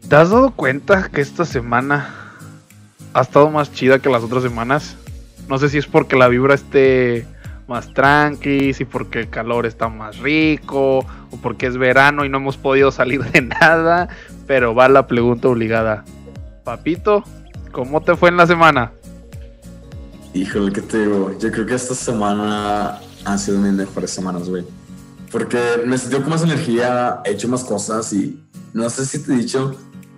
¿Te has dado cuenta que esta semana ha estado más chida que las otras semanas? No sé si es porque la vibra esté más tranqui, si porque el calor está más rico, o porque es verano y no hemos podido salir de nada, pero va la pregunta obligada. Papito, ¿cómo te fue en la semana? Híjole, ¿qué te digo? Yo creo que esta semana han sido mis mejores semanas, güey. Porque me sentí con más energía, he hecho más cosas y no sé si te he dicho,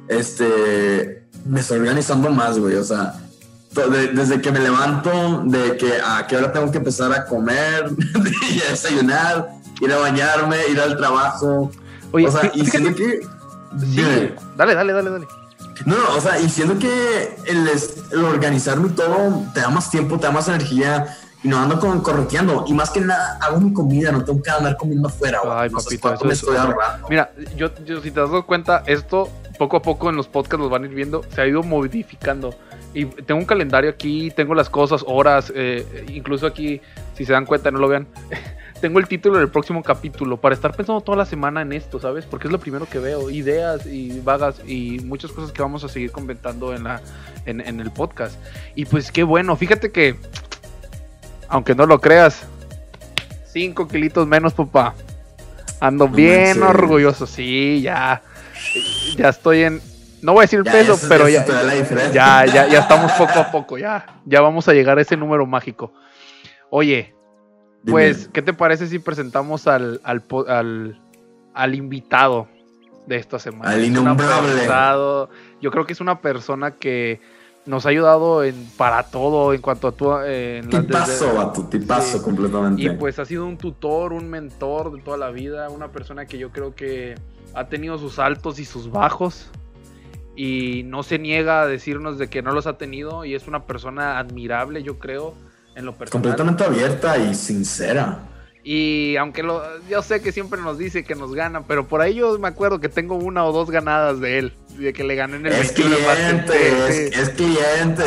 me estoy organizando más, güey. O sea, desde que me levanto, de que a qué hora tengo que empezar a comer, y a desayunar, ir a bañarme, ir al trabajo. Oye, o sea, y siento que... Sí, dale. No, o sea, y siento que el organizarme y todo te da más tiempo, te da más energía y no ando correteando. Y más que nada, hago mi comida, no tengo que andar comiendo afuera. Ay, no papito, eso me estoy ahorrando. Mira, yo si te das cuenta, esto poco a poco en los podcasts los van a ir viendo, se ha ido modificando. Y tengo un calendario aquí, tengo las cosas, horas, incluso aquí, si se dan cuenta, no lo vean. Tengo el título del próximo capítulo para estar pensando toda la semana en esto, ¿sabes? Porque es lo primero que veo, ideas y vagas y muchas cosas que vamos a seguir comentando en el podcast. Y pues qué bueno, fíjate que, aunque no lo creas, 5 kilitos menos, papá. Ando bien orgulloso, sí, ya estoy en... No voy a decir el peso, pero ya estamos poco a poco, ya vamos a llegar a ese número mágico. Oye... Pues, ¿qué te parece si presentamos al invitado de esta semana? Al innombrable. Yo creo que es una persona que nos ha ayudado para todo en cuanto a tu... Tipazo, sí. Completamente. Y pues ha sido un tutor, un mentor de toda la vida, una persona que yo creo que ha tenido sus altos y sus bajos y no se niega a decirnos de que no los ha tenido y es una persona admirable, yo creo. En lo personal. Completamente abierta y sincera. Y aunque yo sé que siempre nos dice que nos gana, pero por ahí yo me acuerdo que tengo 1 o 2 ganadas de él, de que le gané en el 21. Es cliente.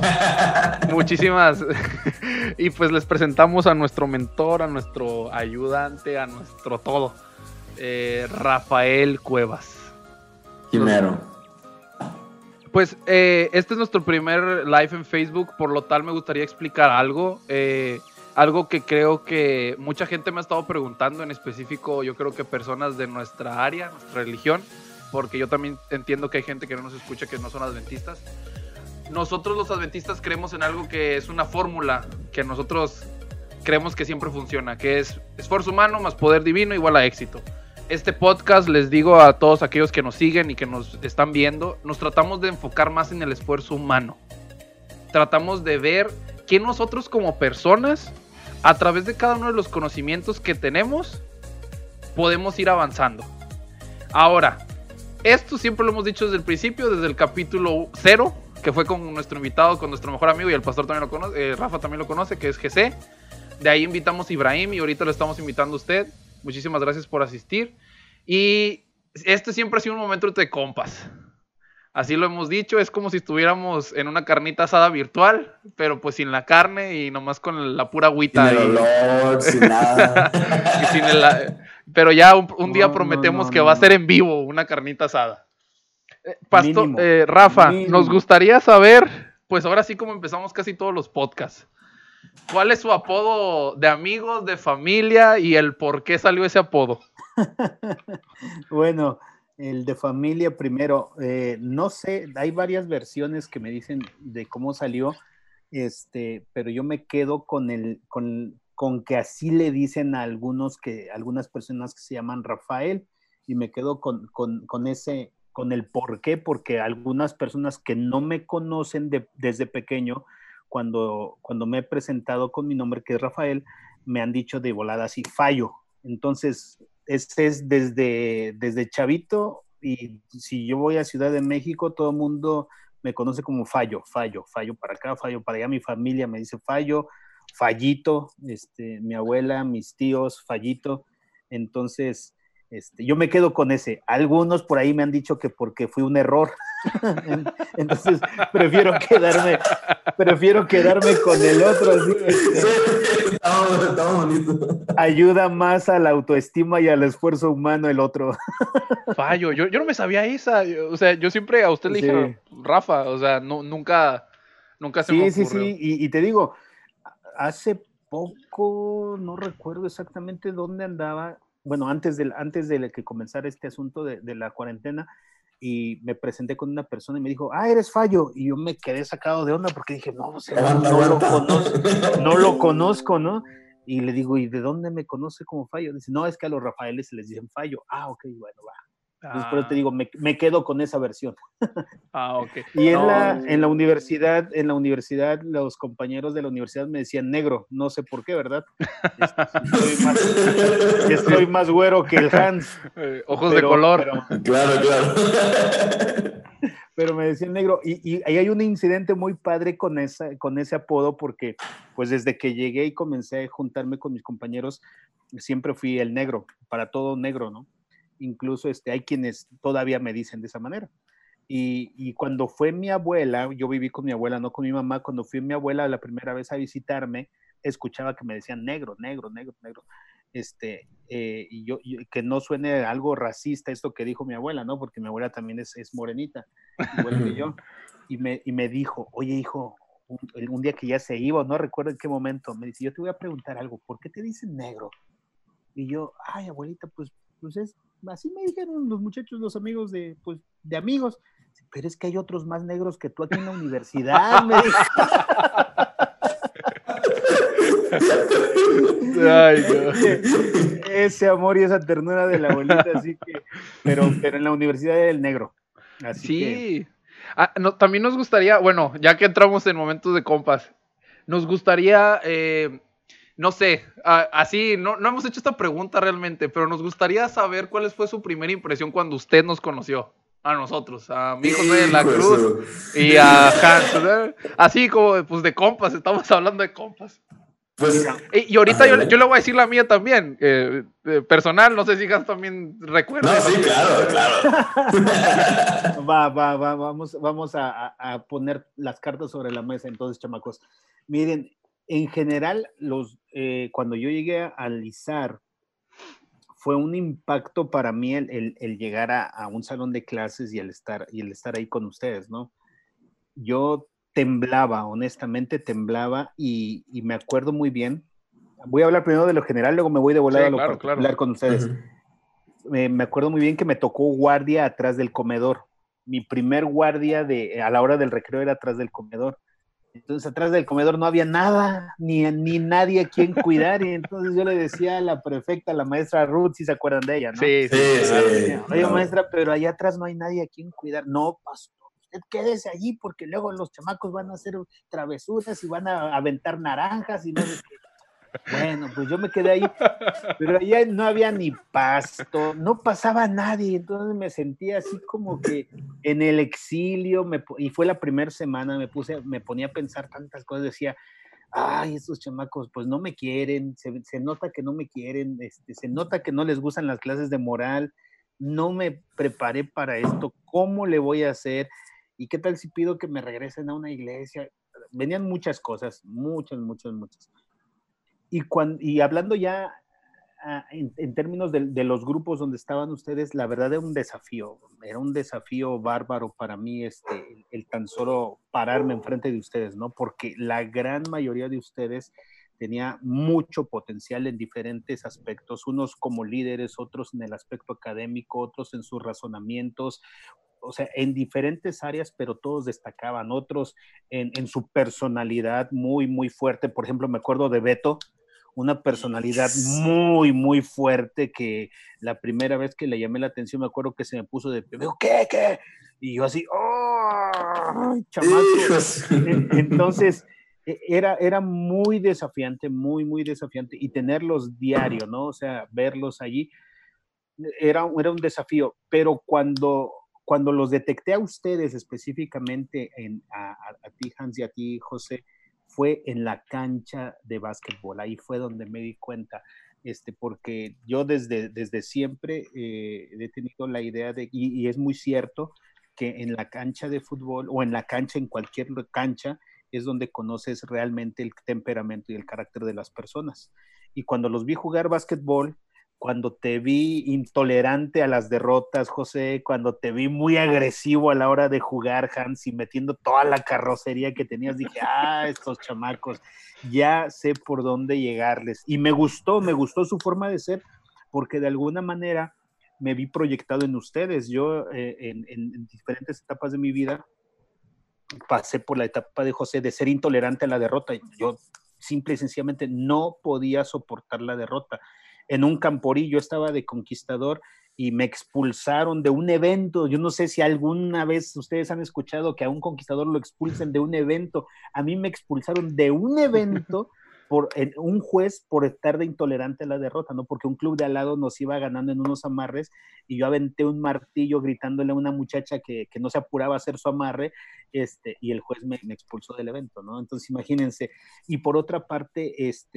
Muchísimas. Y pues les presentamos a nuestro mentor, a nuestro ayudante, a nuestro todo, Rafael Cuevas. Quimero. Pues este es nuestro primer live en Facebook, por lo tal me gustaría explicar algo que creo que mucha gente me ha estado preguntando, en específico yo creo que personas de nuestra área, nuestra religión, porque yo también entiendo que hay gente que no nos escucha que no son adventistas. Nosotros los adventistas creemos en algo que es una fórmula que nosotros creemos que siempre funciona, que es esfuerzo humano más poder divino igual a éxito. Este podcast, les digo a todos aquellos que nos siguen y que nos están viendo, nos tratamos de enfocar más en el esfuerzo humano. Tratamos de ver que nosotros como personas, a través de cada uno de los conocimientos que tenemos, podemos ir avanzando. Ahora, esto siempre lo hemos dicho desde el principio, desde el capítulo 0, que fue con nuestro invitado, con nuestro mejor amigo, y el pastor también lo conoce, Rafa también lo conoce, que es GC. De ahí invitamos a Ibrahim y ahorita lo estamos invitando a usted. Muchísimas gracias por asistir. Y este siempre ha sido un momento de compas. Así lo hemos dicho, es como si estuviéramos en una carnita asada virtual, pero pues sin la carne y nomás con la pura agüita. Sin el olor, sin nada. Pero ya un día prometemos que va a ser en vivo una carnita asada. Pastor, Rafa, nos gustaría saber, pues ahora sí como empezamos casi todos los podcasts, ¿cuál es su apodo de amigos, de familia y el por qué salió ese apodo? Bueno, el de familia primero, no sé, hay varias versiones que me dicen de cómo salió, pero yo me quedo con que así le dicen a algunas personas que se llaman Rafael, y me quedo con el por qué, porque algunas personas que no me conocen desde pequeño, cuando me he presentado con mi nombre, que es Rafael, me han dicho de volada así, Fallo. Entonces, este es desde chavito, y si yo voy a Ciudad de México, todo el mundo me conoce como Fallo para acá, Fallo para allá. Mi familia me dice Fallo, Fallito, mi abuela, mis tíos, Fallito. Entonces, yo me quedo con ese. Algunos por ahí me han dicho que porque fui un error. Entonces prefiero quedarme con el otro. ¿Sí? Estaba bonito. Ayuda más a la autoestima y al esfuerzo humano el otro. Fallo, yo no me sabía esa. O sea, yo siempre a usted le dije Sí. Rafa, o sea, nunca se me Sí. ocurrió. Y te digo, hace poco, no recuerdo exactamente dónde andaba, bueno, antes de que comenzara este asunto de la cuarentena, y me presenté con una persona y me dijo, eres Fallo, y yo me quedé sacado de onda porque dije, no, o sea, no lo conozco, ¿no? Y le digo, ¿y de dónde me conoce como Fallo? Dice, no, es que a los Rafaeles se les dicen Fallo. Ok, bueno, va. Entonces, por eso te digo, me quedo con esa versión. Ok. Y No, en la universidad, los compañeros de la universidad me decían negro, no sé por qué, ¿verdad? Si estoy más güero que el Hans. ojos de color. Claro. Pero me decían negro. Y ahí hay un incidente muy padre con ese apodo, porque pues desde que llegué y comencé a juntarme con mis compañeros, siempre fui el negro, para todo negro, ¿no? Incluso hay quienes todavía me dicen de esa manera. Y cuando fue mi abuela, yo viví con mi abuela, no con mi mamá, cuando fui mi abuela la primera vez a visitarme, escuchaba que me decían negro. Que no suene algo racista esto que dijo mi abuela, ¿no? Porque mi abuela también es morenita, igual que yo. Y me dijo, oye, hijo, un día que ya se iba, no recuerdo en qué momento, me dice, yo te voy a preguntar algo, ¿por qué te dicen negro? Y yo, abuelita, pues es, así me dijeron los muchachos, los amigos de amigos. Pero es que hay otros más negros que tú aquí en la universidad, me dijo. Ay, no. Ese amor y esa ternura de la abuelita, así que, pero en la universidad era el negro. Así sí. No, también nos gustaría, bueno, ya que entramos en momentos de compas, nos gustaría, no sé, así, no hemos hecho esta pregunta realmente, pero nos gustaría saber cuál fue su primera impresión cuando usted nos conoció. A nosotros, a mi José de la Cruz y a Hans, ¿verdad? Así como pues de compas, estamos hablando de compas. Pues, y ahorita yo le voy a decir la mía también, personal, no sé si Hans también recuerda. No, sí, claro. Vamos a poner las cartas sobre la mesa entonces, chamacos. Miren, en general, cuando yo llegué a Lizar, fue un impacto para mí el llegar a un salón de clases y el estar ahí con ustedes, ¿no? Yo temblaba, honestamente temblaba, y me acuerdo muy bien. Voy a hablar primero de lo general, luego me voy de volada a lo particular con ustedes. Me acuerdo muy bien que me tocó guardia atrás del comedor. Mi primer guardia a la hora del recreo era atrás del comedor. Entonces, atrás del comedor no había nada, ni nadie a quien cuidar. Y entonces yo le decía a la prefecta, a la maestra Ruth, si se acuerdan de ella, ¿no? Sí. Oye, maestra, pero allá atrás no hay nadie a quien cuidar. No, pastor, usted quédese allí porque luego los chamacos van a hacer travesuras y van a aventar naranjas y no sé qué. Bueno, pues yo me quedé ahí, pero allá no había ni pasto, no pasaba nadie, entonces me sentía así como que en el exilio, y fue la primera semana, me ponía a pensar tantas cosas, decía, estos chamacos pues no me quieren, se nota que no me quieren, se nota que no les gustan las clases de moral, no me preparé para esto, ¿cómo le voy a hacer? ¿Y qué tal si pido que me regresen a una iglesia? Venían muchas cosas, muchas. Y hablando ya en términos de los grupos donde estaban ustedes, la verdad era un desafío bárbaro para mí el tan solo pararme enfrente de ustedes, ¿no? Porque la gran mayoría de ustedes tenía mucho potencial en diferentes aspectos, unos como líderes, otros en el aspecto académico, otros en sus razonamientos, o sea, en diferentes áreas, pero todos destacaban, otros en su personalidad muy, muy fuerte. Por ejemplo, me acuerdo de Beto, una personalidad muy, muy fuerte, que la primera vez que le llamé la atención me acuerdo que se me puso de pie, me dijo, ¿qué? Y yo así, ¡oh, chamaco! Entonces, era muy desafiante, muy, muy desafiante, y tenerlos diario, ¿no? O sea, verlos allí, era un desafío, pero cuando los detecté a ustedes específicamente, a ti, Hans, y a ti, José, fue en la cancha de básquetbol. Ahí fue donde me di cuenta, porque yo desde siempre he tenido la idea y es muy cierto, que en la cancha de fútbol o en la cancha, en cualquier cancha, es donde conoces realmente el temperamento y el carácter de las personas. Y cuando los vi jugar básquetbol, cuando te vi intolerante a las derrotas, José, cuando te vi muy agresivo a la hora de jugar, Hans, y metiendo toda la carrocería que tenías, dije, estos chamacos, ya sé por dónde llegarles. Y me gustó su forma de ser, porque de alguna manera me vi proyectado en ustedes. Yo en diferentes etapas de mi vida pasé por la etapa de José de ser intolerante a la derrota. Yo simple y sencillamente no podía soportar la derrota. En un Camporí yo estaba de conquistador y me expulsaron de un evento. Yo no sé si alguna vez ustedes han escuchado que a un conquistador lo expulsen de un evento. A mí me expulsaron de un evento por un juez por estar de intolerante a la derrota, ¿no? Porque un club de al lado nos iba ganando en unos amarres y yo aventé un martillo gritándole a una muchacha que no se apuraba a hacer su amarre, y el juez me expulsó del evento, ¿no? Entonces imagínense. Y por otra parte,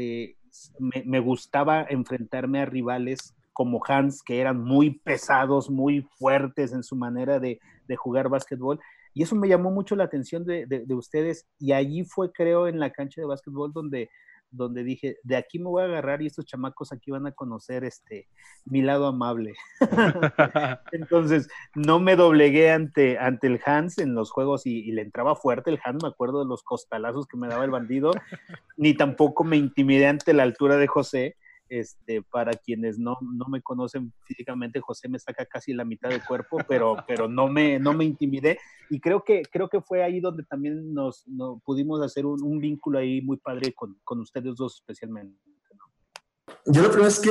me gustaba enfrentarme a rivales como Hans, que eran muy pesados, muy fuertes en su manera de jugar básquetbol, y eso me llamó mucho la atención de ustedes, y allí fue, creo, en la cancha de básquetbol donde dije, de aquí me voy a agarrar y estos chamacos aquí van a conocer mi lado amable. Entonces, no me doblegué ante el Hans en los juegos y le entraba fuerte el Hans, me acuerdo de los costalazos que me daba el bandido, ni tampoco me intimidé ante la altura de José. Para quienes no me conocen físicamente, José me saca casi la mitad del cuerpo, pero no me intimidé, y creo que fue ahí donde también nos pudimos hacer un vínculo ahí muy padre con ustedes dos especialmente, ¿no? Yo la primera vez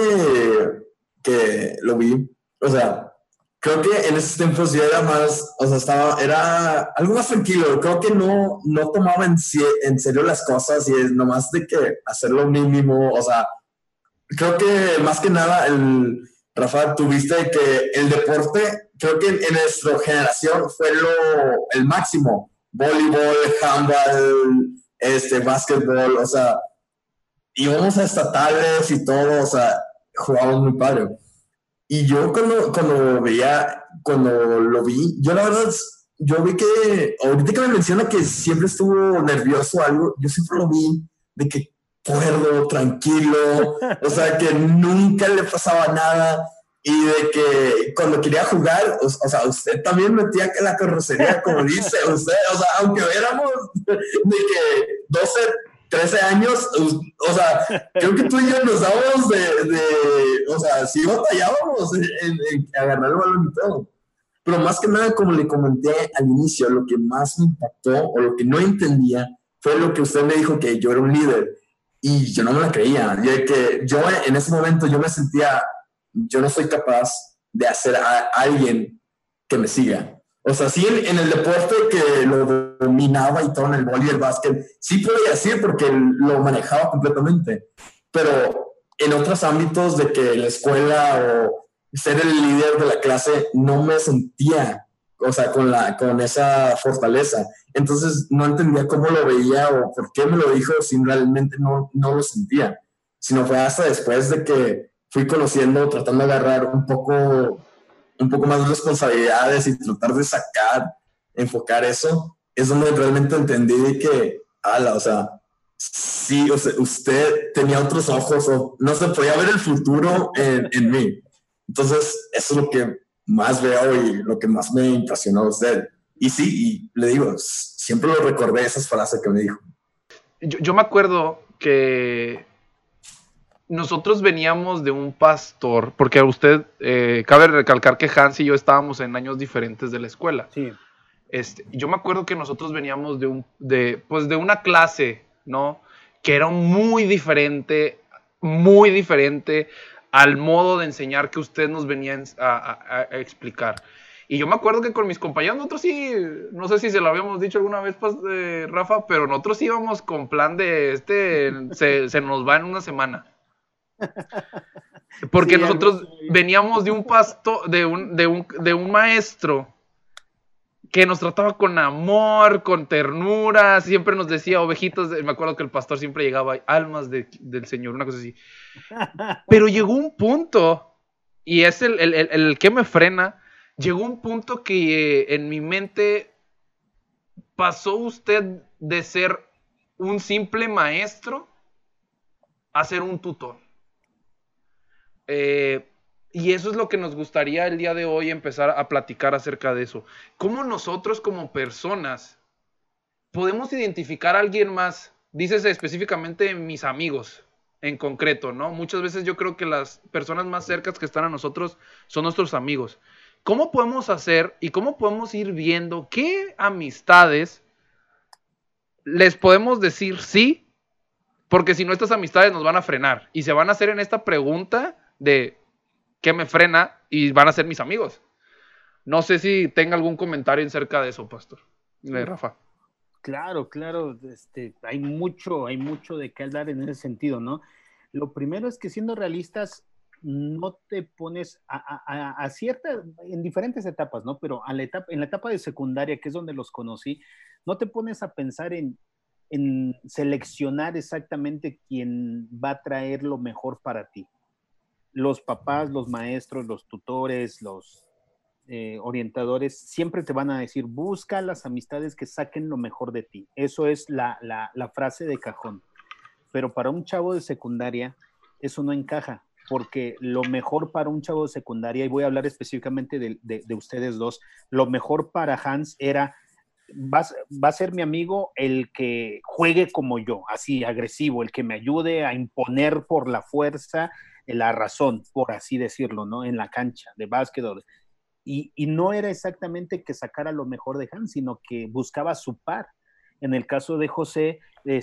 que lo vi, o sea, creo que en esos tiempos yo era más, o sea, era algo más tranquilo. Creo que no tomaba en serio las cosas y es nomás de que hacer lo mínimo, o sea, creo que más que nada, Rafa, tuviste que el deporte, creo que en nuestra generación fue el máximo. Voleibol, handball, básquetbol, o sea, íbamos a estatales y todo, o sea, jugábamos muy padre. Y yo cuando lo vi, yo la verdad, yo vi que, ahorita que me menciona que siempre estuvo nervioso o algo, yo siempre lo vi de que cuerdo, tranquilo, o sea, que nunca le pasaba nada, y de que cuando quería jugar, o sea, usted también metía que la carrocería, como dice usted, o sea, aunque éramos de que 12, 13 años, o sea, creo que tú y yo nos dábamos o sea, sí batallábamos en agarrar el balón y todo. Pero más que nada, como le comenté al inicio, lo que más me impactó o lo que no entendía fue lo que usted me dijo, que yo era un líder. Y yo no me la creía. Yo en ese momento yo me sentía, yo no soy capaz de hacer a alguien que me siga. O sea, sí en el deporte que lo dominaba y todo, en el vóley y el básquet, sí podía decir porque lo manejaba completamente. Pero en otros ámbitos de que la escuela o ser el líder de la clase, no me sentía, o sea, con esa fortaleza. Entonces no entendía cómo lo veía o por qué me lo dijo si realmente no lo sentía. Sino fue hasta después de que fui conociendo, tratando de agarrar un poco más de responsabilidades y tratar de enfocar eso, es donde realmente entendí que, o sea, sí, o sea, usted tenía otros ojos, o no se podía ver el futuro en mí. Entonces, eso es lo que más veo y lo que más me impresionó de usted. Y sí, y le digo, siempre lo recordé esas frases que me dijo. Yo me acuerdo que nosotros veníamos de un pastor, porque a usted, cabe recalcar que Hans y yo estábamos en años diferentes de la escuela. Sí. Yo me acuerdo que nosotros veníamos de una clase, ¿no? Que era muy diferente al modo de enseñar que usted nos venía a explicar. Y yo me acuerdo que con mis compañeros, nosotros sí, no sé si se lo habíamos dicho alguna vez, Rafa, pero nosotros íbamos con plan de se nos va en una semana. Porque sí, nosotros veníamos de un pastor, de un maestro que nos trataba con amor, con ternura, siempre nos decía ovejitas, me acuerdo que el pastor siempre llegaba, almas del Señor, una cosa así. Pero llegó un punto, y es el que me frena, llegó un punto que en mi mente pasó usted de ser un simple maestro a ser un tutor. Y eso es lo que nos gustaría el día de hoy empezar a platicar acerca de eso. ¿Cómo nosotros como personas podemos identificar a alguien más? Dices específicamente mis amigos en concreto, ¿no? Muchas veces yo creo que las personas más cercanas que están a nosotros son nuestros amigos. ¿Cómo podemos hacer y cómo podemos ir viendo qué amistades les podemos decir sí? Porque si no, estas amistades nos van a frenar y se van a hacer en esta pregunta de ¿qué me frena? Y van a ser mis amigos. No sé si tenga algún comentario acerca de eso, Pastor. Rafa. Claro, hay mucho de qué hablar en ese sentido, ¿no? Lo primero es que siendo realistas, no te pones a en diferentes etapas, ¿no? Pero en la etapa de secundaria, que es donde los conocí, no te pones a pensar en seleccionar exactamente quién va a traer lo mejor para ti. Los papás, los maestros, los tutores, los orientadores siempre te van a decir, busca las amistades que saquen lo mejor de ti. Eso es la frase de cajón. Pero para un chavo de secundaria, eso no encaja, porque lo mejor para un chavo de secundaria, y voy a hablar específicamente de ustedes dos, lo mejor para Hans era, va a ser mi amigo el que juegue como yo, así agresivo, el que me ayude a imponer por la fuerza la razón, por así decirlo, ¿no? En la cancha de básquetbol. Y no era exactamente que sacara lo mejor de Hans, sino que buscaba su par. En el caso de José,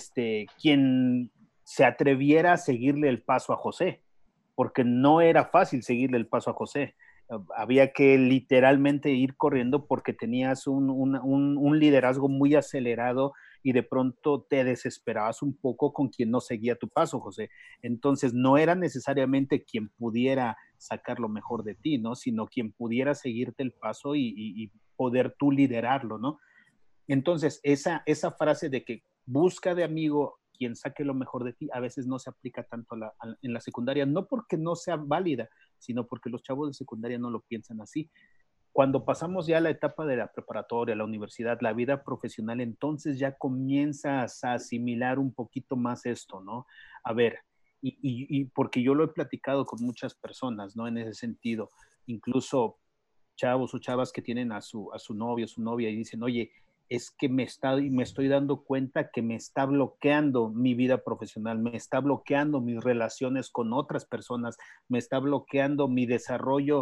quien se atreviera a seguirle el paso a José, porque no era fácil seguirle el paso a José. Había que literalmente ir corriendo porque tenías un liderazgo muy acelerado y de pronto te desesperabas un poco con quien no seguía tu paso, José. Entonces no era necesariamente quien pudiera sacar lo mejor de ti, ¿no? Sino quien pudiera seguirte el paso y poder tú liderarlo, ¿no? Entonces esa frase de que busca de amigo quien saque lo mejor de ti, a veces no se aplica tanto en la secundaria, no porque no sea válida, sino porque los chavos de secundaria no lo piensan así. Cuando pasamos ya a la etapa de la preparatoria, la universidad, la vida profesional, entonces ya comienzas a asimilar un poquito más esto, ¿no? A ver, y porque yo lo he platicado con muchas personas, ¿no? En ese sentido, incluso chavos o chavas que tienen a su novio, su novia y dicen, oye, es que me estoy dando cuenta que me está bloqueando mi vida profesional, me está bloqueando mis relaciones con otras personas, me está bloqueando mi desarrollo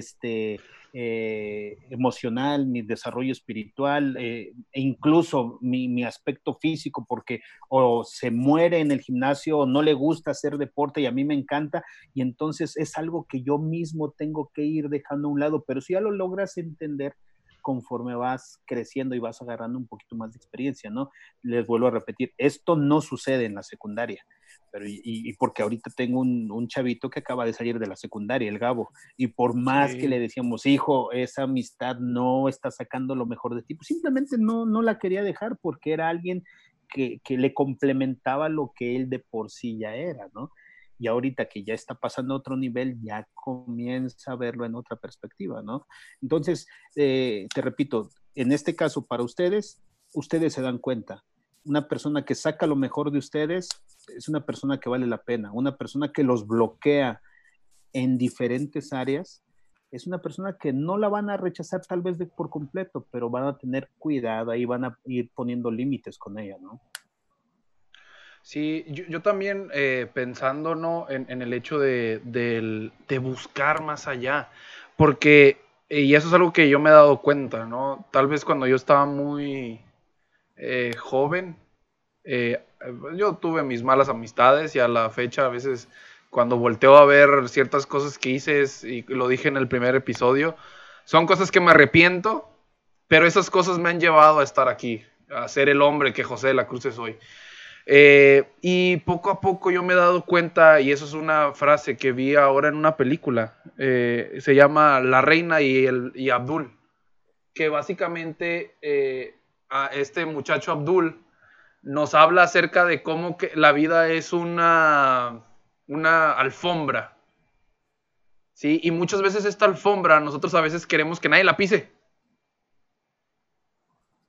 emocional, mi desarrollo espiritual, e incluso mi aspecto físico, porque o se muere en el gimnasio o no le gusta hacer deporte y a mí me encanta, y entonces es algo que yo mismo tengo que ir dejando a un lado, pero si ya lo logras entender, conforme vas creciendo y vas agarrando un poquito más de experiencia, ¿no? Les vuelvo a repetir, esto no sucede en la secundaria, pero y porque ahorita tengo un chavito que acaba de salir de la secundaria, el Gabo, y por más que le decíamos, hijo, esa amistad no está sacando lo mejor de ti, pues simplemente no la quería dejar porque era alguien que le complementaba lo que él de por sí ya era, ¿no? Y ahorita que ya está pasando a otro nivel, ya comienza a verlo en otra perspectiva, ¿no? Entonces, te repito, en este caso, para ustedes se dan cuenta. Una persona que saca lo mejor de ustedes es una persona que vale la pena. Una persona que los bloquea en diferentes áreas es una persona que no la van a rechazar tal vez por completo, pero van a tener cuidado y van a ir poniendo límites con ella, ¿no? Sí, yo también pensando, ¿no? en el hecho de buscar más allá, porque, y eso es algo que yo me he dado cuenta, ¿no? Tal vez cuando yo estaba muy joven, yo tuve mis malas amistades y a la fecha a veces cuando volteo a ver ciertas cosas que hice, y lo dije en el primer episodio, son cosas que me arrepiento, pero esas cosas me han llevado a estar aquí, a ser el hombre que José de la Cruz es hoy. Y poco a poco yo me he dado cuenta, y eso es una frase que vi ahora en una película, se llama La Reina y Abdul, que básicamente a este muchacho Abdul nos habla acerca de cómo que la vida es una alfombra, ¿sí? Y muchas veces esta alfombra nosotros a veces queremos que nadie la pise.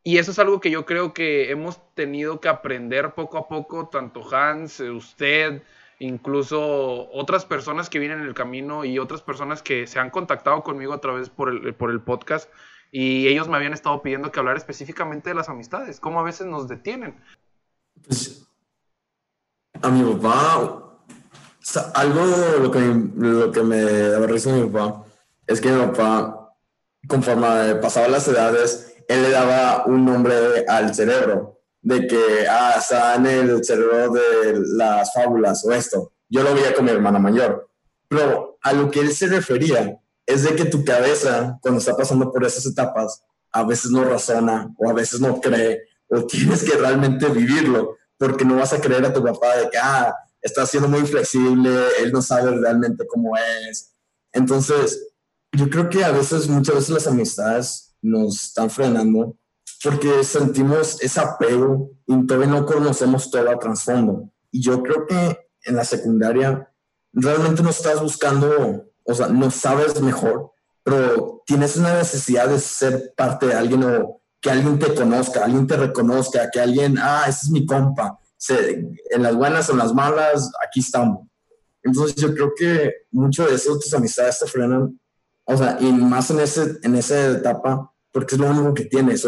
Y eso es algo que yo creo que hemos tenido que aprender poco a poco, tanto Hans, usted, incluso otras personas que vienen en el camino y otras personas que se han contactado conmigo a través por el podcast, y ellos me habían estado pidiendo que hablar específicamente de las amistades, cómo a veces nos detienen. Pues, a mi papá, o sea, algo lo que me daba risa a mi papá es que mi papá, conforme pasaban las edades, él le daba un nombre al cerebro, de que está en el cerebro de las fábulas o esto. Yo lo veía con mi hermana mayor, pero a lo que él se refería es de que tu cabeza, cuando está pasando por esas etapas, a veces no razona o a veces no cree o tienes que realmente vivirlo, porque no vas a creer a tu papá de que está siendo muy flexible, él no sabe realmente cómo es. Entonces, yo creo que a veces, muchas veces las amistades nos están frenando porque sentimos ese apego y todavía no conocemos todo a trasfondo. Y yo creo que en la secundaria realmente no estás buscando, o sea, no sabes mejor, pero tienes una necesidad de ser parte de alguien o que alguien te conozca, alguien te reconozca, que alguien, ese es mi compa. En las buenas o en las malas, aquí estamos. Entonces yo creo que mucho de eso, tus amistades te frenan, o sea, y más en esa etapa, porque es lo único que tienes,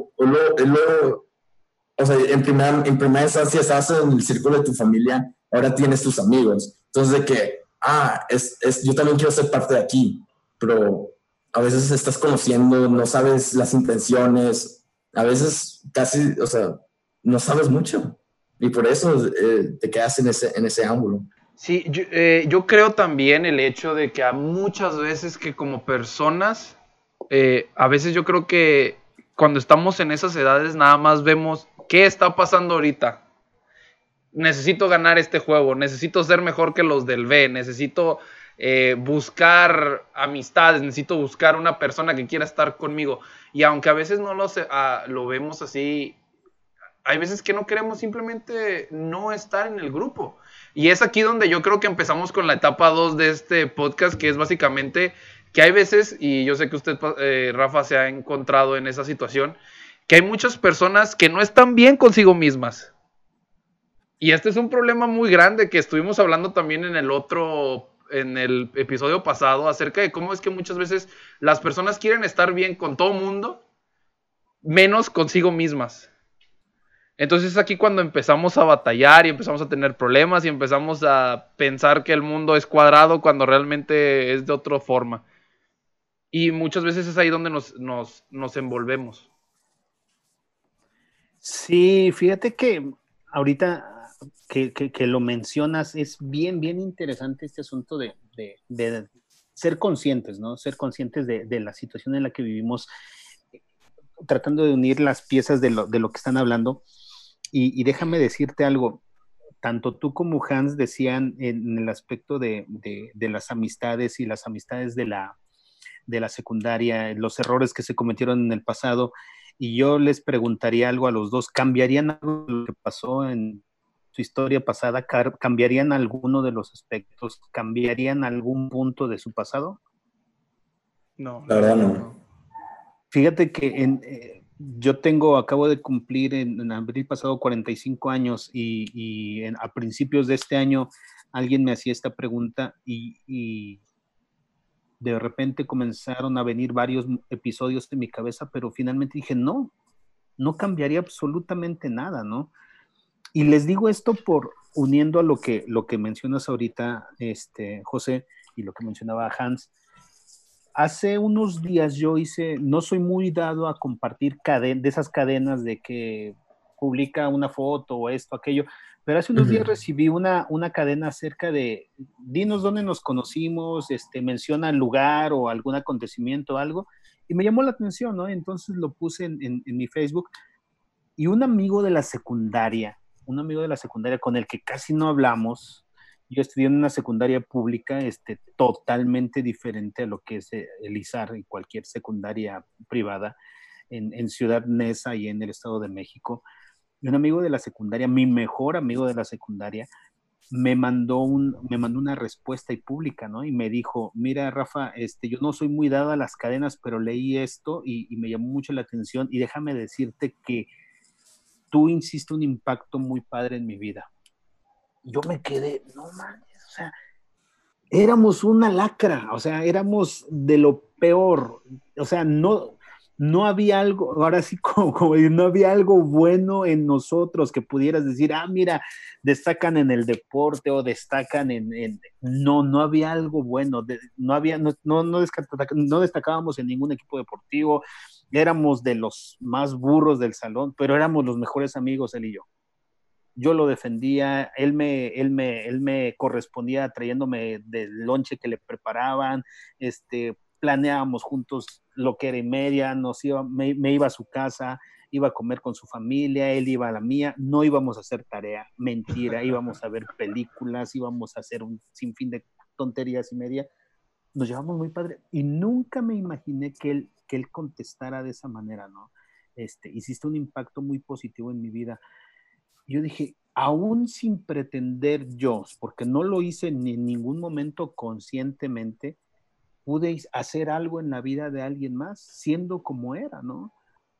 o sea, en primera instancia estás en el círculo de tu familia, ahora tienes tus amigos, entonces de que, yo también quiero ser parte de aquí, pero a veces estás conociendo, no sabes las intenciones, a veces casi, o sea, no sabes mucho, y por eso te quedas en ese ángulo. Sí, yo creo también el hecho de que a muchas veces que como personas, a veces yo creo que cuando estamos en esas edades nada más vemos qué está pasando ahorita. Necesito ganar este juego, necesito ser mejor que los del B, necesito buscar amistades, necesito buscar una persona que quiera estar conmigo. Y aunque a veces no lo vemos así, hay veces que no queremos simplemente no estar en el grupo. Y es aquí donde yo creo que empezamos con la etapa 2 de este podcast, que es básicamente que hay veces, y yo sé que usted, Rafa, se ha encontrado en esa situación, que hay muchas personas que no están bien consigo mismas. Y este es un problema muy grande que estuvimos hablando también en el episodio pasado, acerca de cómo es que muchas veces las personas quieren estar bien con todo mundo, menos consigo mismas. Entonces es aquí cuando empezamos a batallar y empezamos a tener problemas y empezamos a pensar que el mundo es cuadrado cuando realmente es de otra forma. Y muchas veces es ahí donde nos envolvemos. Sí, fíjate que ahorita que lo mencionas, es bien interesante este asunto de ser conscientes, ¿no? Ser conscientes de la situación en la que vivimos, tratando de unir las piezas de lo que están hablando. Y déjame decirte algo, tanto tú como Hans decían en el aspecto de las amistades y las amistades de la secundaria, los errores que se cometieron en el pasado, y yo les preguntaría algo a los dos, ¿cambiarían algo de lo que pasó en su historia pasada? ¿Cambiarían alguno de los aspectos? ¿Cambiarían algún punto de su pasado? No, La la verdad verdad no. no. Fíjate que acabo de cumplir en abril pasado 45 años y a principios de este año alguien me hacía esta pregunta y de repente comenzaron a venir varios episodios en mi cabeza, pero finalmente dije, no cambiaría absolutamente nada, ¿no? Y les digo esto por uniendo a lo que mencionas ahorita, José, y lo que mencionaba Hans. Hace unos días no soy muy dado a compartir de esas cadenas de que publica una foto o esto, aquello, pero hace unos días recibí una cadena acerca de, dinos dónde nos conocimos, menciona el lugar o algún acontecimiento o algo, y me llamó la atención, ¿no? Entonces lo puse en mi Facebook, y un amigo de la secundaria con el que casi no hablamos. Yo estudié en una secundaria pública, totalmente diferente a lo que es el ISAR y cualquier secundaria privada en Ciudad Neza y en el Estado de México. Y un amigo de la secundaria, mi mejor amigo de la secundaria, me mandó una respuesta y pública, ¿no? Y me dijo, mira, Rafa, yo no soy muy dado a las cadenas, pero leí esto y me llamó mucho la atención y déjame decirte que tú hiciste un impacto muy padre en mi vida. Yo me quedé, no mames, o sea, éramos una lacra, o sea, éramos de lo peor, o sea, no había algo, ahora sí como no había algo bueno en nosotros que pudieras decir, mira, destacan en el deporte o destacan no había algo bueno, no destacábamos en ningún equipo deportivo, éramos de los más burros del salón, pero éramos los mejores amigos, él y yo. Yo lo defendía, él me correspondía trayéndome del lonche que le preparaban, planeábamos juntos lo que era y media, me iba a su casa, iba a comer con su familia, él iba a la mía, no íbamos a hacer tarea, mentira, íbamos a ver películas, íbamos a hacer un sinfín de tonterías y media, nos llevamos muy padre y nunca me imaginé que él contestara de esa manera, ¿no? Hiciste un impacto muy positivo en mi vida. Yo dije, aún sin pretender yo, porque no lo hice en ningún momento conscientemente, pude hacer algo en la vida de alguien más, siendo como era, ¿no?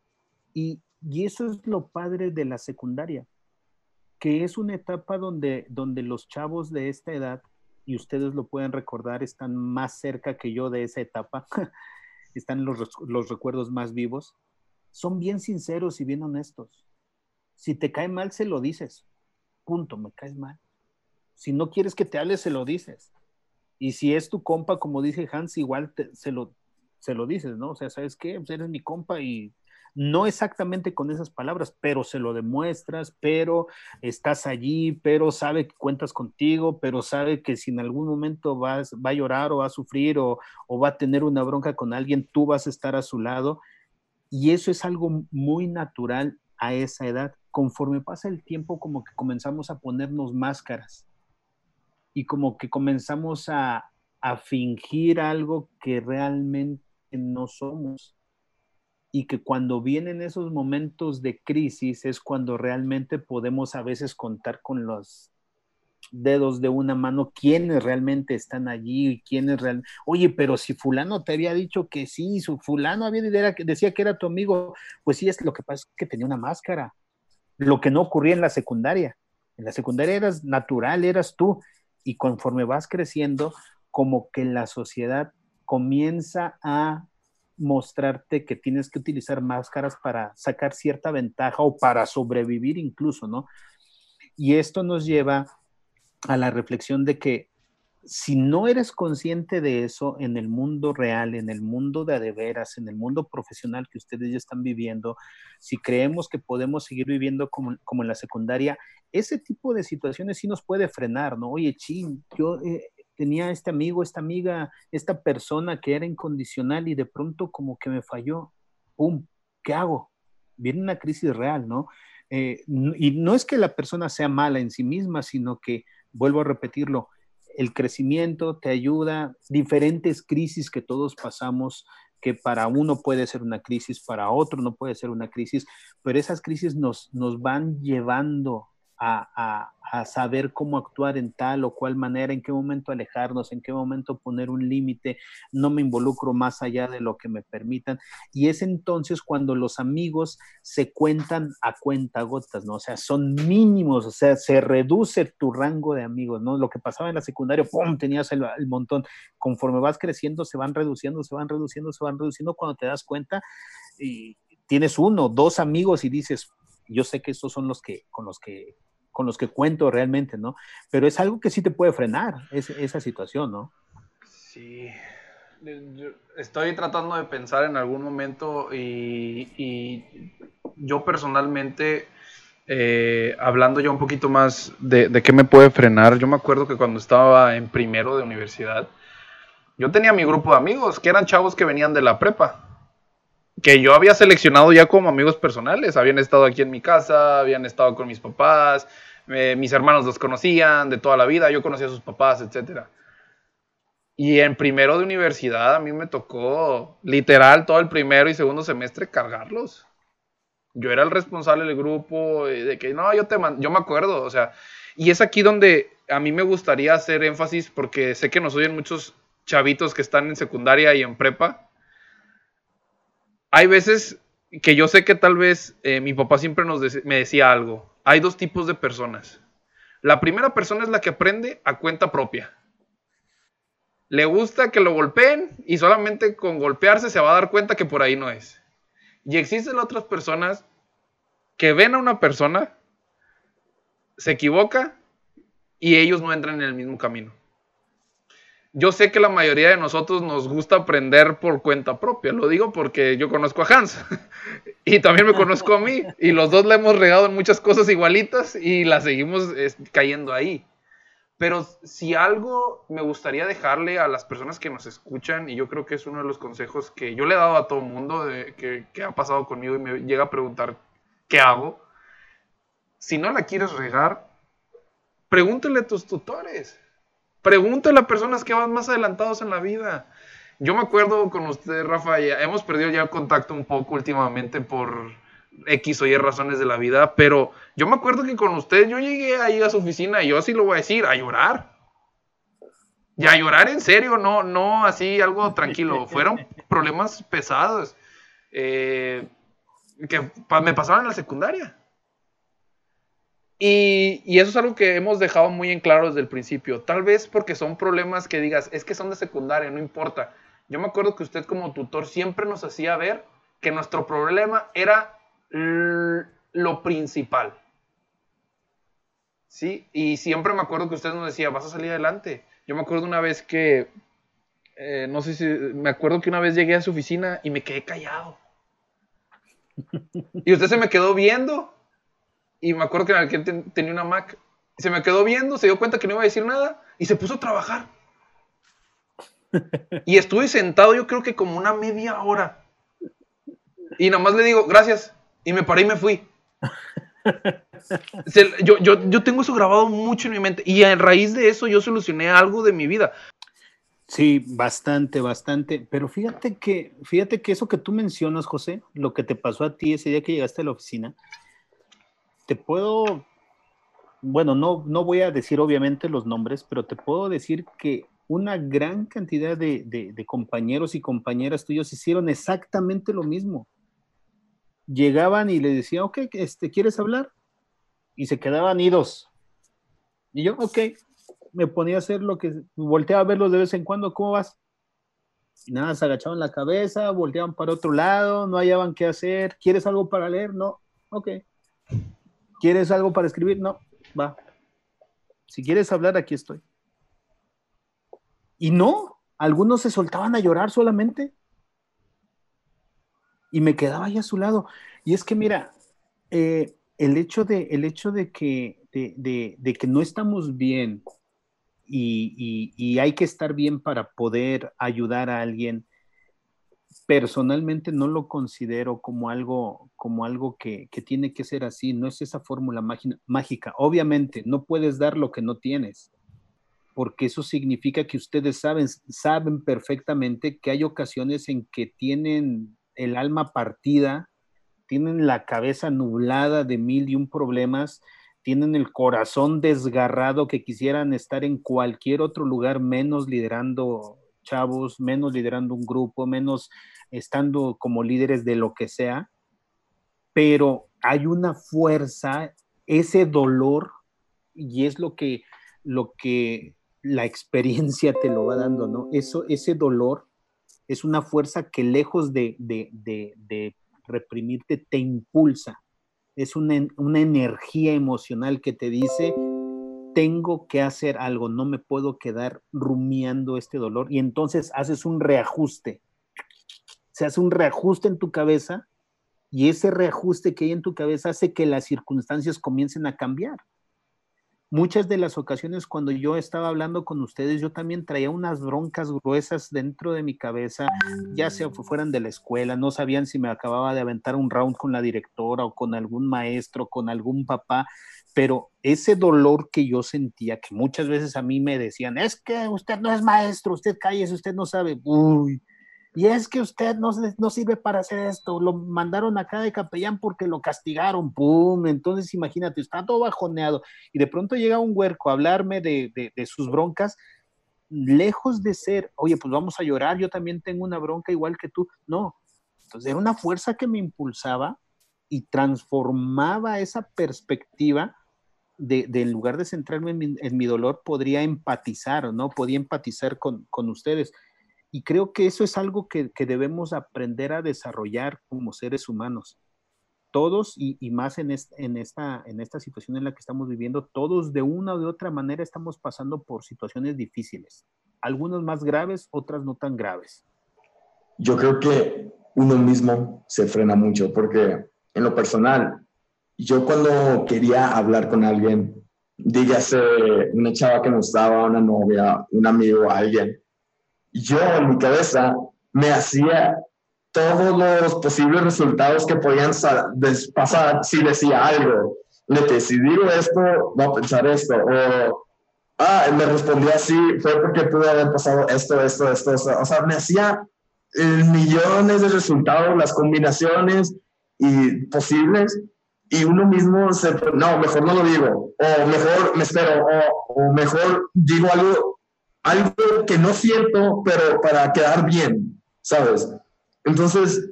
Y eso es lo padre de la secundaria, que es una etapa donde los chavos de esta edad, y ustedes lo pueden recordar, están más cerca que yo de esa etapa, están los recuerdos más vivos, son bien sinceros y bien honestos. Si te cae mal, se lo dices. Punto, me caes mal. Si no quieres que te hable, se lo dices. Y si es tu compa, como dice Hans, igual se lo dices, ¿no? O sea, ¿sabes qué? Pues eres mi compa y no exactamente con esas palabras, pero se lo demuestras, pero estás allí, pero sabe que cuentas contigo, pero sabe que si en algún momento va a llorar o va a sufrir o va a tener una bronca con alguien, tú vas a estar a su lado. Y eso es algo muy natural a esa edad. Conforme pasa el tiempo, como que comenzamos a ponernos máscaras y como que comenzamos a fingir algo que realmente no somos. Y que cuando vienen esos momentos de crisis es cuando realmente podemos a veces contar con los dedos de una mano quiénes realmente están allí y quiénes realmente, oye, pero si fulano te había dicho que sí, su fulano decía que era tu amigo, pues sí, es lo que pasa es que tenía una máscara, lo que no ocurría en la secundaria eras natural, eras tú, y conforme vas creciendo, como que la sociedad comienza a mostrarte que tienes que utilizar máscaras para sacar cierta ventaja o para sobrevivir incluso, ¿no? Y esto nos lleva a la reflexión de que si no eres consciente de eso en el mundo real, en el mundo de veras, en el mundo profesional que ustedes ya están viviendo, si creemos que podemos seguir viviendo como en la secundaria, ese tipo de situaciones sí nos puede frenar, ¿no? Oye, chin, yo tenía este amigo, esta amiga, esta persona que era incondicional y de pronto como que me falló, ¡pum! ¿Qué hago? Viene una crisis real, ¿no? Y no es que la persona sea mala en sí misma, sino que, vuelvo a repetirlo, el crecimiento te ayuda, diferentes crisis que todos pasamos, que para uno puede ser una crisis, para otro no puede ser una crisis, pero esas crisis nos van llevando a saber cómo actuar en tal o cual manera, en qué momento alejarnos, en qué momento poner un límite, no me involucro más allá de lo que me permitan. Y es entonces cuando los amigos se cuentan a cuentagotas, ¿no? O sea, son mínimos, o sea, se reduce tu rango de amigos, ¿no? Lo que pasaba en la secundaria, ¡pum!, tenías el montón. Conforme vas creciendo, se van reduciendo, se van reduciendo, se van reduciendo. Cuando te das cuenta, y tienes uno, dos amigos y dices, yo sé que estos son con los que cuento realmente, ¿no? Pero es algo que sí te puede frenar, esa situación, ¿no? Sí. Estoy tratando de pensar en algún momento y yo personalmente, hablando ya un poquito más de qué me puede frenar, yo me acuerdo que cuando estaba en primero de universidad, yo tenía mi grupo de amigos, que eran chavos que venían de la prepa, que yo había seleccionado ya como amigos personales, habían estado aquí en mi casa, habían estado con mis papás, mis hermanos los conocían de toda la vida, yo conocía a sus papás, etcétera. Y en primero de universidad a mí me tocó literal todo el primero y segundo semestre cargarlos. Yo era el responsable del grupo, de que no, yo me acuerdo, o sea, y es aquí donde a mí me gustaría hacer énfasis porque sé que nos oyen muchos chavitos que están en secundaria y en prepa. Hay veces que yo sé que tal vez mi papá siempre me decía algo. Hay dos tipos de personas. La primera persona es la que aprende a cuenta propia. Le gusta que lo golpeen y solamente con golpearse se va a dar cuenta que por ahí no es. Y existen otras personas que ven a una persona, se equivoca y ellos no entran en el mismo camino. Yo sé que la mayoría de nosotros nos gusta aprender por cuenta propia. Lo digo porque yo conozco a Hans y también me conozco a mí. Y los dos le hemos regado en muchas cosas igualitas y la seguimos cayendo ahí. Pero si algo me gustaría dejarle a las personas que nos escuchan, y yo creo que es uno de los consejos que yo le he dado a todo el mundo que ha pasado conmigo y me llega a preguntar qué hago. Si no la quieres regar, pregúntale a tus tutores. Pregúntale a personas que van más adelantados en la vida. Yo me acuerdo con usted, Rafa, hemos perdido ya el contacto un poco últimamente por X o Y razones de la vida, pero yo me acuerdo que con usted yo llegué ahí a su oficina y yo así lo voy a decir, a llorar. Y a llorar en serio, no así algo tranquilo. Fueron problemas pesados que me pasaron en la secundaria. Y eso es algo que hemos dejado muy en claro desde el principio. Tal vez porque son problemas que digas, es que son de secundaria, no importa. Yo me acuerdo que usted como tutor siempre nos hacía ver que nuestro problema era lo principal. ¿Sí? Y siempre me acuerdo que usted nos decía, vas a salir adelante. Yo me acuerdo una vez que, no sé si, me acuerdo que una vez llegué a su oficina y me quedé callado. Y usted se me quedó viendo. Y me acuerdo que en aquel tenía una Mac. Se me quedó viendo, se dio cuenta que no iba a decir nada y se puso a trabajar. Y estuve sentado yo creo que como una media hora. Y nada más le digo, gracias. Y me paré y me fui. Yo tengo eso grabado mucho en mi mente. Y a raíz de eso yo solucioné algo de mi vida. Sí, bastante, bastante. Pero fíjate que eso que tú mencionas, José, lo que te pasó a ti ese día que llegaste a la oficina, te puedo, bueno, no voy a decir obviamente los nombres, pero te puedo decir que una gran cantidad de compañeros y compañeras tuyos hicieron exactamente lo mismo. Llegaban y le decían, ok, ¿quieres hablar? Y se quedaban idos. Y yo, ok, me ponía a hacer lo que, volteaba a verlos de vez en cuando, ¿cómo vas? Y nada, se agachaban la cabeza, volteaban para otro lado, no hallaban qué hacer. ¿Quieres algo para leer? No, ok. ¿Quieres algo para escribir? No, va. Si quieres hablar, aquí estoy. Y no, algunos se soltaban a llorar solamente. Y me quedaba ahí a su lado. Y es que mira, el hecho de que no estamos bien y hay que estar bien para poder ayudar a alguien, personalmente no lo considero como algo que tiene que ser así. No es esa fórmula mágica. Obviamente, no puedes dar lo que no tienes, porque eso significa que ustedes saben perfectamente que hay ocasiones en que tienen el alma partida, tienen la cabeza nublada de mil y un problemas, tienen el corazón desgarrado, que quisieran estar en cualquier otro lugar menos liderando chavos, menos liderando un grupo, menos estando como líderes de lo que sea, pero hay una fuerza, ese dolor, y es lo que la experiencia te lo va dando, ¿no? Ese dolor es una fuerza que lejos de reprimirte, te impulsa. Es una energía emocional que te dice, tengo que hacer algo, no me puedo quedar rumiando este dolor. Y entonces haces un reajuste. Se hace un reajuste en tu cabeza y ese reajuste que hay en tu cabeza hace que las circunstancias comiencen a cambiar. Muchas de las ocasiones cuando yo estaba hablando con ustedes, yo también traía unas broncas gruesas dentro de mi cabeza, ya sea fueran de la escuela, no sabían si me acababa de aventar un round con la directora o con algún maestro, con algún papá, pero ese dolor que yo sentía, que muchas veces a mí me decían, es que usted no es maestro, usted cállese, usted no sabe, uy, y es que usted no sirve para hacer esto, lo mandaron acá de capellán porque lo castigaron, pum, entonces imagínate, está todo bajoneado, y de pronto llega un huerco a hablarme de sus broncas, lejos de ser, oye, pues vamos a llorar, yo también tengo una bronca igual que tú, no, entonces era una fuerza que me impulsaba y transformaba esa perspectiva en lugar de centrarme en mi dolor, podría empatizar, ¿no? Podía empatizar con ustedes. Y creo que eso es algo que debemos aprender a desarrollar como seres humanos. Todos, y más en esta situación en la que estamos viviendo, todos de una o de otra manera estamos pasando por situaciones difíciles. Algunas más graves, otras no tan graves. Yo creo que uno mismo se frena mucho porque en lo personal, yo cuando quería hablar con alguien, dígase una chava que me gustaba, una novia, un amigo, alguien, yo en mi cabeza me hacía todos los posibles resultados que podían pasar si decía algo. De que si digo esto, va a pensar esto. O, me respondió así, fue porque pudo haber pasado esto. O sea, me hacía millones de resultados, las combinaciones y posibles, y uno mismo no, mejor no lo digo, o mejor me espero, o mejor digo algo que no siento, pero para quedar bien, ¿sabes? Entonces,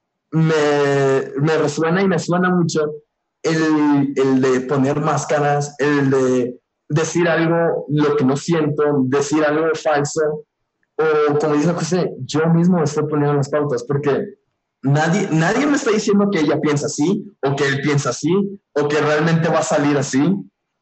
me resuena y me suena mucho el de poner máscaras, el de decir algo, lo que no siento, decir algo falso, o como dice José, yo mismo me estoy poniendo las pautas, porque nadie me está diciendo que ella piensa así, o que él piensa así, o que realmente va a salir así.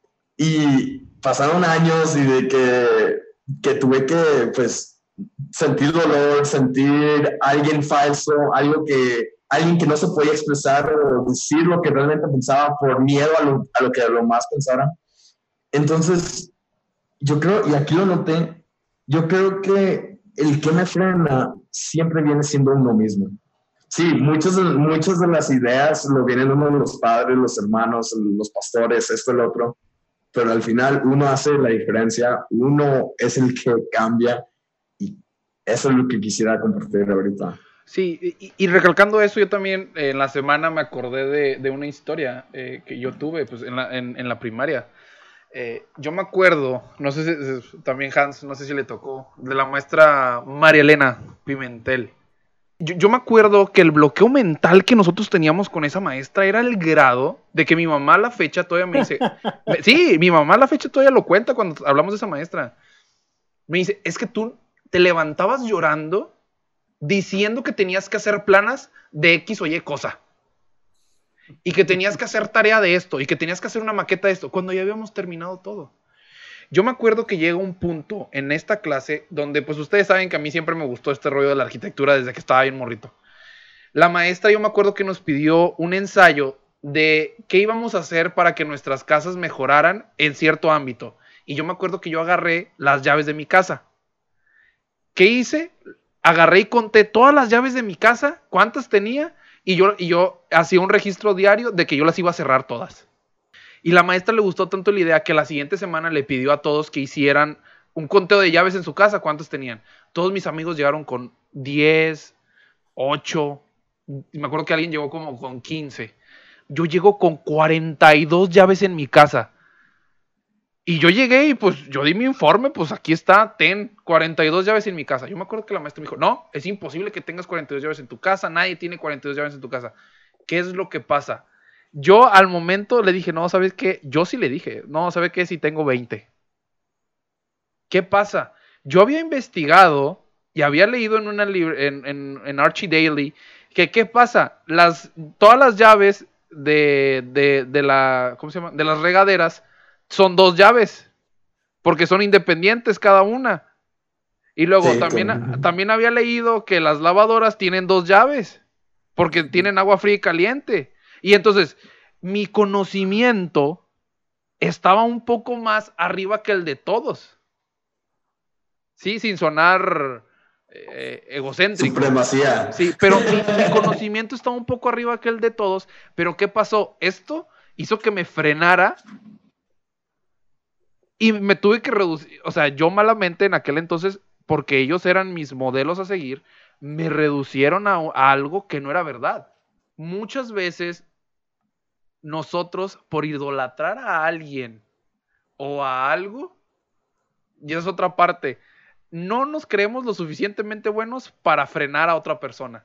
Y pasaron años y de que tuve que, pues, sentir dolor, sentir alguien falso, alguien que no se podía expresar o decir lo que realmente pensaba por miedo a lo que los más pensaran. Entonces, yo creo, y aquí lo noté, yo creo que el que me frena siempre viene siendo uno mismo. Sí, muchas de las ideas lo vienen uno de los padres, los hermanos, los pastores, esto, el otro, pero al final uno hace la diferencia, uno es el que cambia, y eso es lo que quisiera compartir ahorita. Sí, y recalcando eso, yo también en la semana me acordé de una historia que yo tuve pues, en la primaria. Yo me acuerdo, no sé si también Hans, no sé si le tocó, de la maestra María Elena Pimentel. Yo me acuerdo que el bloqueo mental que nosotros teníamos con esa maestra era el grado de que mi mamá a la fecha todavía me dice, sí, mi mamá a la fecha todavía lo cuenta cuando hablamos de esa maestra. Me dice, es que tú te levantabas llorando diciendo que tenías que hacer planas de X o Y cosa. Y que tenías que hacer tarea de esto, y que tenías que hacer una maqueta de esto, cuando ya habíamos terminado todo. Yo me acuerdo que llega un punto en esta clase donde, pues ustedes saben que a mí siempre me gustó este rollo de la arquitectura desde que estaba bien morrito. La maestra, yo me acuerdo que nos pidió un ensayo de qué íbamos a hacer para que nuestras casas mejoraran en cierto ámbito. Y yo me acuerdo que yo agarré las llaves de mi casa. ¿Qué hice? Agarré y conté todas las llaves de mi casa, cuántas tenía, y yo hacía un registro diario de que yo las iba a cerrar todas. Y la maestra le gustó tanto la idea que la siguiente semana le pidió a todos que hicieran un conteo de llaves en su casa, cuántas tenían. Todos mis amigos llegaron con 10, 8, y me acuerdo que alguien llegó como con 15. Yo llego con 42 llaves en mi casa. Y yo llegué y pues yo di mi informe, pues aquí está, 42 llaves en mi casa. Yo me acuerdo que la maestra me dijo, no, es imposible que tengas 42 llaves en tu casa, nadie tiene 42 llaves en tu casa. ¿Qué es lo que pasa? Yo al momento le dije, no, ¿sabes qué? Yo sí le dije, no, ¿sabes qué? Si tengo 20. ¿Qué pasa? Yo había investigado y había leído en Archie Daily que ¿qué pasa? Todas las llaves de la, ¿cómo se llama? De las regaderas son 2 llaves, porque son independientes cada una. Y luego Sí, también había leído que las lavadoras tienen 2 llaves, porque tienen agua fría y caliente. Y entonces, mi conocimiento estaba un poco más arriba que el de todos. Sí, sin sonar egocéntrico. Supremacía. Sí, pero mi conocimiento estaba un poco arriba que el de todos. Pero ¿qué pasó? Esto hizo que me frenara y me tuve que reducir. O sea, yo malamente en aquel entonces, porque ellos eran mis modelos a seguir, me reducieron a algo que no era verdad. Muchas veces nosotros, por idolatrar a alguien o a algo, y esa es otra parte, no nos creemos lo suficientemente buenos para frenar a otra persona.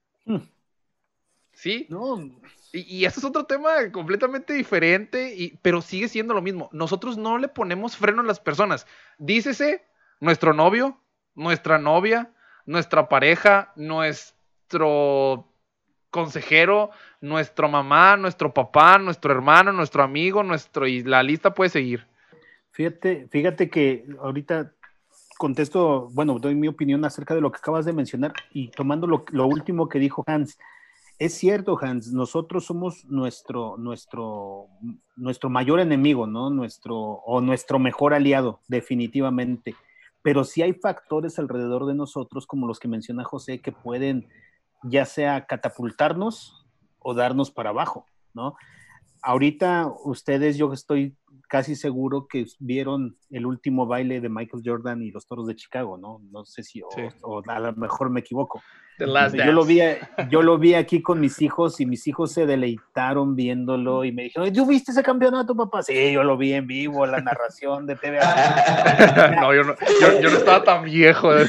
¿Sí? No. Y ese es otro tema completamente diferente, pero sigue siendo lo mismo. Nosotros no le ponemos freno a las personas. Dícese nuestro novio, nuestra novia, nuestra pareja, nuestro consejero, nuestra mamá, nuestro papá, nuestro hermano, nuestro amigo, y la lista puede seguir. Fíjate que ahorita contesto, bueno, doy mi opinión acerca de lo que acabas de mencionar y tomando lo último que dijo Hans. Es cierto, Hans, nosotros somos nuestro mayor enemigo, ¿no? Nuestro mejor aliado, definitivamente. Pero sí hay factores alrededor de nosotros, como los que menciona José, que pueden ya sea catapultarnos o darnos para abajo, ¿no? Ahorita ustedes, yo estoy casi seguro que vieron el último baile de Michael Jordan y los Toros de Chicago, ¿no? No sé si, Sí. o a lo mejor me equivoco. The Last Yo lo vi aquí con mis hijos y mis hijos se deleitaron viéndolo y me dijeron, ¿tú viste ese campeonato, papá? Sí, yo lo vi en vivo, la narración de TV. No, yo no estaba tan viejo. No.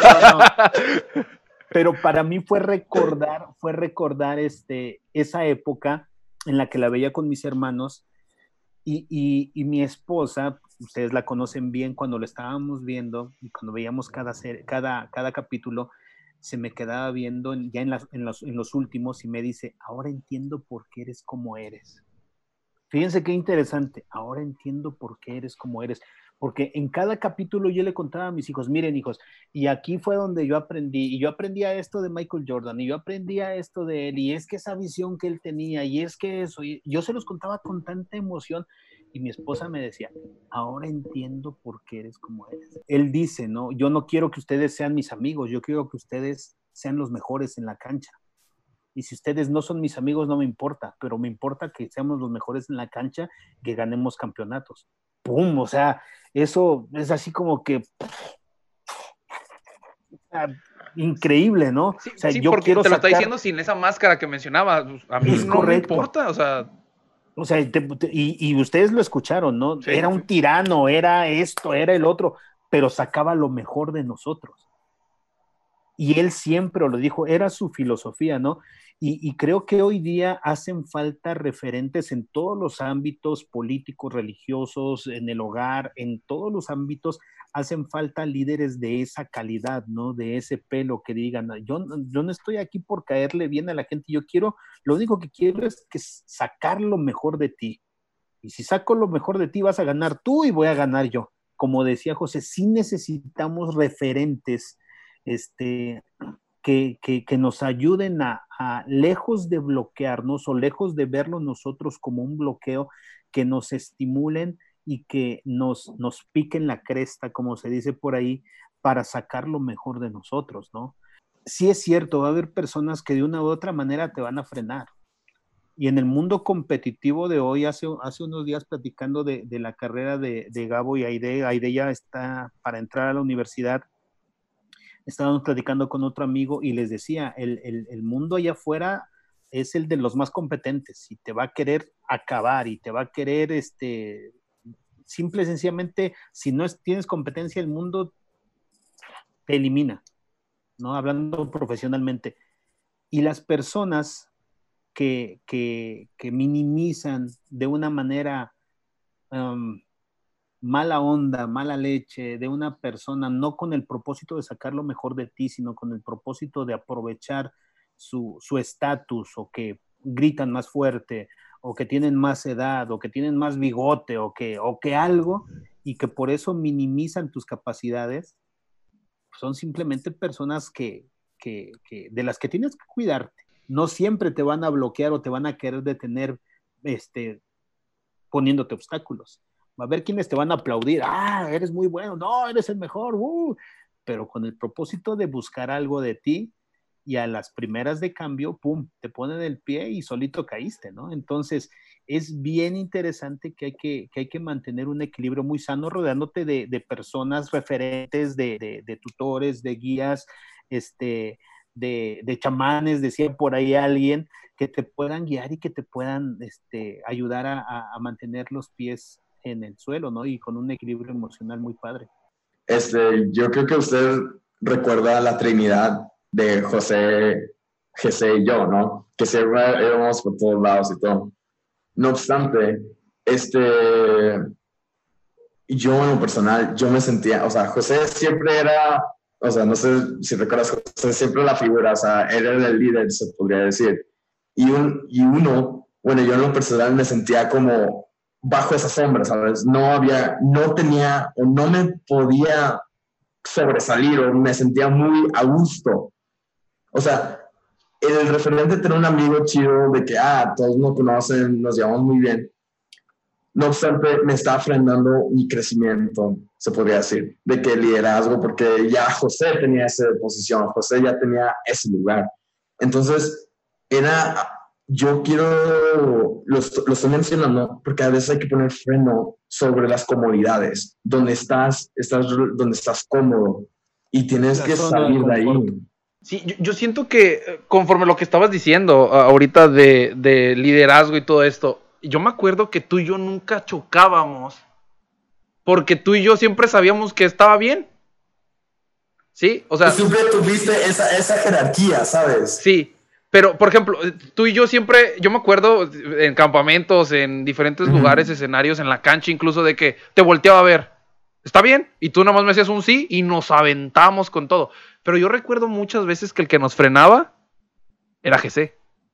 Pero para mí fue recordar esa época en la que la veía con mis hermanos y mi esposa, ustedes la conocen bien, cuando lo estábamos viendo y cuando veíamos cada capítulo, se me quedaba viendo ya en los últimos y me dice, ahora entiendo por qué eres como eres. Fíjense qué interesante, ahora entiendo por qué eres como eres. Porque en cada capítulo yo le contaba a mis hijos, miren hijos, y aquí fue donde yo aprendí, y yo aprendía esto de Michael Jordan, y yo aprendía esto de él, y es que esa visión que él tenía, y es que eso, y yo se los contaba con tanta emoción, y mi esposa me decía, ahora entiendo por qué eres como eres. Él dice, no, yo no quiero que ustedes sean mis amigos, yo quiero que ustedes sean los mejores en la cancha. Y si ustedes no son mis amigos, no me importa, pero me importa que seamos los mejores en la cancha, que ganemos campeonatos. ¡Pum! O sea, eso es así como que increíble, ¿no? Sí, o sea, sí, yo porque quiero te lo está diciendo sin esa máscara que mencionaba. A mí no me importa, o sea, y ustedes lo escucharon, ¿no? Sí, Era un tirano, era esto, era el otro, pero sacaba lo mejor de nosotros. Y él siempre lo dijo, era su filosofía, ¿no? Y creo que hoy día hacen falta referentes en todos los ámbitos políticos, religiosos, en el hogar, en todos los ámbitos, hacen falta líderes de esa calidad, ¿no? De ese pelo que digan, yo no estoy aquí por caerle bien a la gente, lo único que quiero es que sacar lo mejor de ti. Y si saco lo mejor de ti, vas a ganar tú y voy a ganar yo. Como decía José, sí necesitamos referentes, que nos ayuden a, lejos de bloquearnos o lejos de verlo nosotros como un bloqueo, que nos estimulen y que nos piquen la cresta, como se dice por ahí, para sacar lo mejor de nosotros, ¿no? Sí es cierto, va a haber personas que de una u otra manera te van a frenar. Y en el mundo competitivo de hoy, hace unos días platicando de la carrera de Gabo y Aide ya está para entrar a la universidad. Estábamos platicando con otro amigo y les decía, el mundo allá afuera es el de los más competentes y te va a querer acabar y te va a querer, simple y sencillamente, si no tienes competencia, el mundo te elimina, ¿no? Hablando profesionalmente. Y las personas que minimizan de una manera mala onda, mala leche de una persona, no con el propósito de sacar lo mejor de ti, sino con el propósito de aprovechar su estatus, o que gritan más fuerte, o que tienen más edad, o que tienen más bigote, o que algo, y que por eso minimizan tus capacidades, son simplemente personas de las que tienes que cuidarte. No siempre te van a bloquear o te van a querer detener poniéndote obstáculos. Va a haber quienes te van a aplaudir, eres muy bueno, no, eres el mejor, pero con el propósito de buscar algo de ti, y a las primeras de cambio, pum, te ponen el pie y solito caíste, ¿no? Entonces, es bien interesante que hay que mantener un equilibrio muy sano, rodeándote de personas referentes, de tutores, de guías, de chamanes, decía por ahí alguien, que te puedan guiar y que te puedan ayudar a mantener los pies en el suelo, ¿no? Y con un equilibrio emocional muy padre. Yo creo que usted recuerda la Trinidad de José, Jesse y yo, ¿no? Que siempre íbamos por todos lados y todo. No obstante, yo en lo personal, yo me sentía, o sea, José siempre era, o sea, no sé si recuerdas, José siempre la figura, o sea, él era el líder, se podría decir. Uno, bueno, yo en lo personal me sentía como bajo esa sombra, ¿sabes? No tenía, o no me podía sobresalir, o me sentía muy a gusto. O sea, el referente de tener un amigo chido, de que, todos nos conocen, nos llevamos muy bien. No obstante, me está frenando mi crecimiento, se podría decir, de que liderazgo, porque ya José tenía esa posición, José ya tenía ese lugar. Entonces, yo lo estoy mencionando porque a veces hay que poner freno sobre las comodidades, donde estás cómodo y tienes que salir de ahí. Sí, yo siento que conforme lo que estabas diciendo ahorita de liderazgo y todo esto, yo me acuerdo que tú y yo nunca chocábamos porque tú y yo siempre sabíamos que estaba bien. ¿Sí? O sea, tú siempre tuviste esa jerarquía, ¿sabes? Sí, pero por ejemplo, tú y yo siempre, yo me acuerdo en campamentos, en diferentes lugares, escenarios, en la cancha incluso, de que te volteaba a ver. ¿Está bien? Y tú nomás me hacías un sí y nos aventamos con todo. Pero yo recuerdo muchas veces que el que nos frenaba era GC.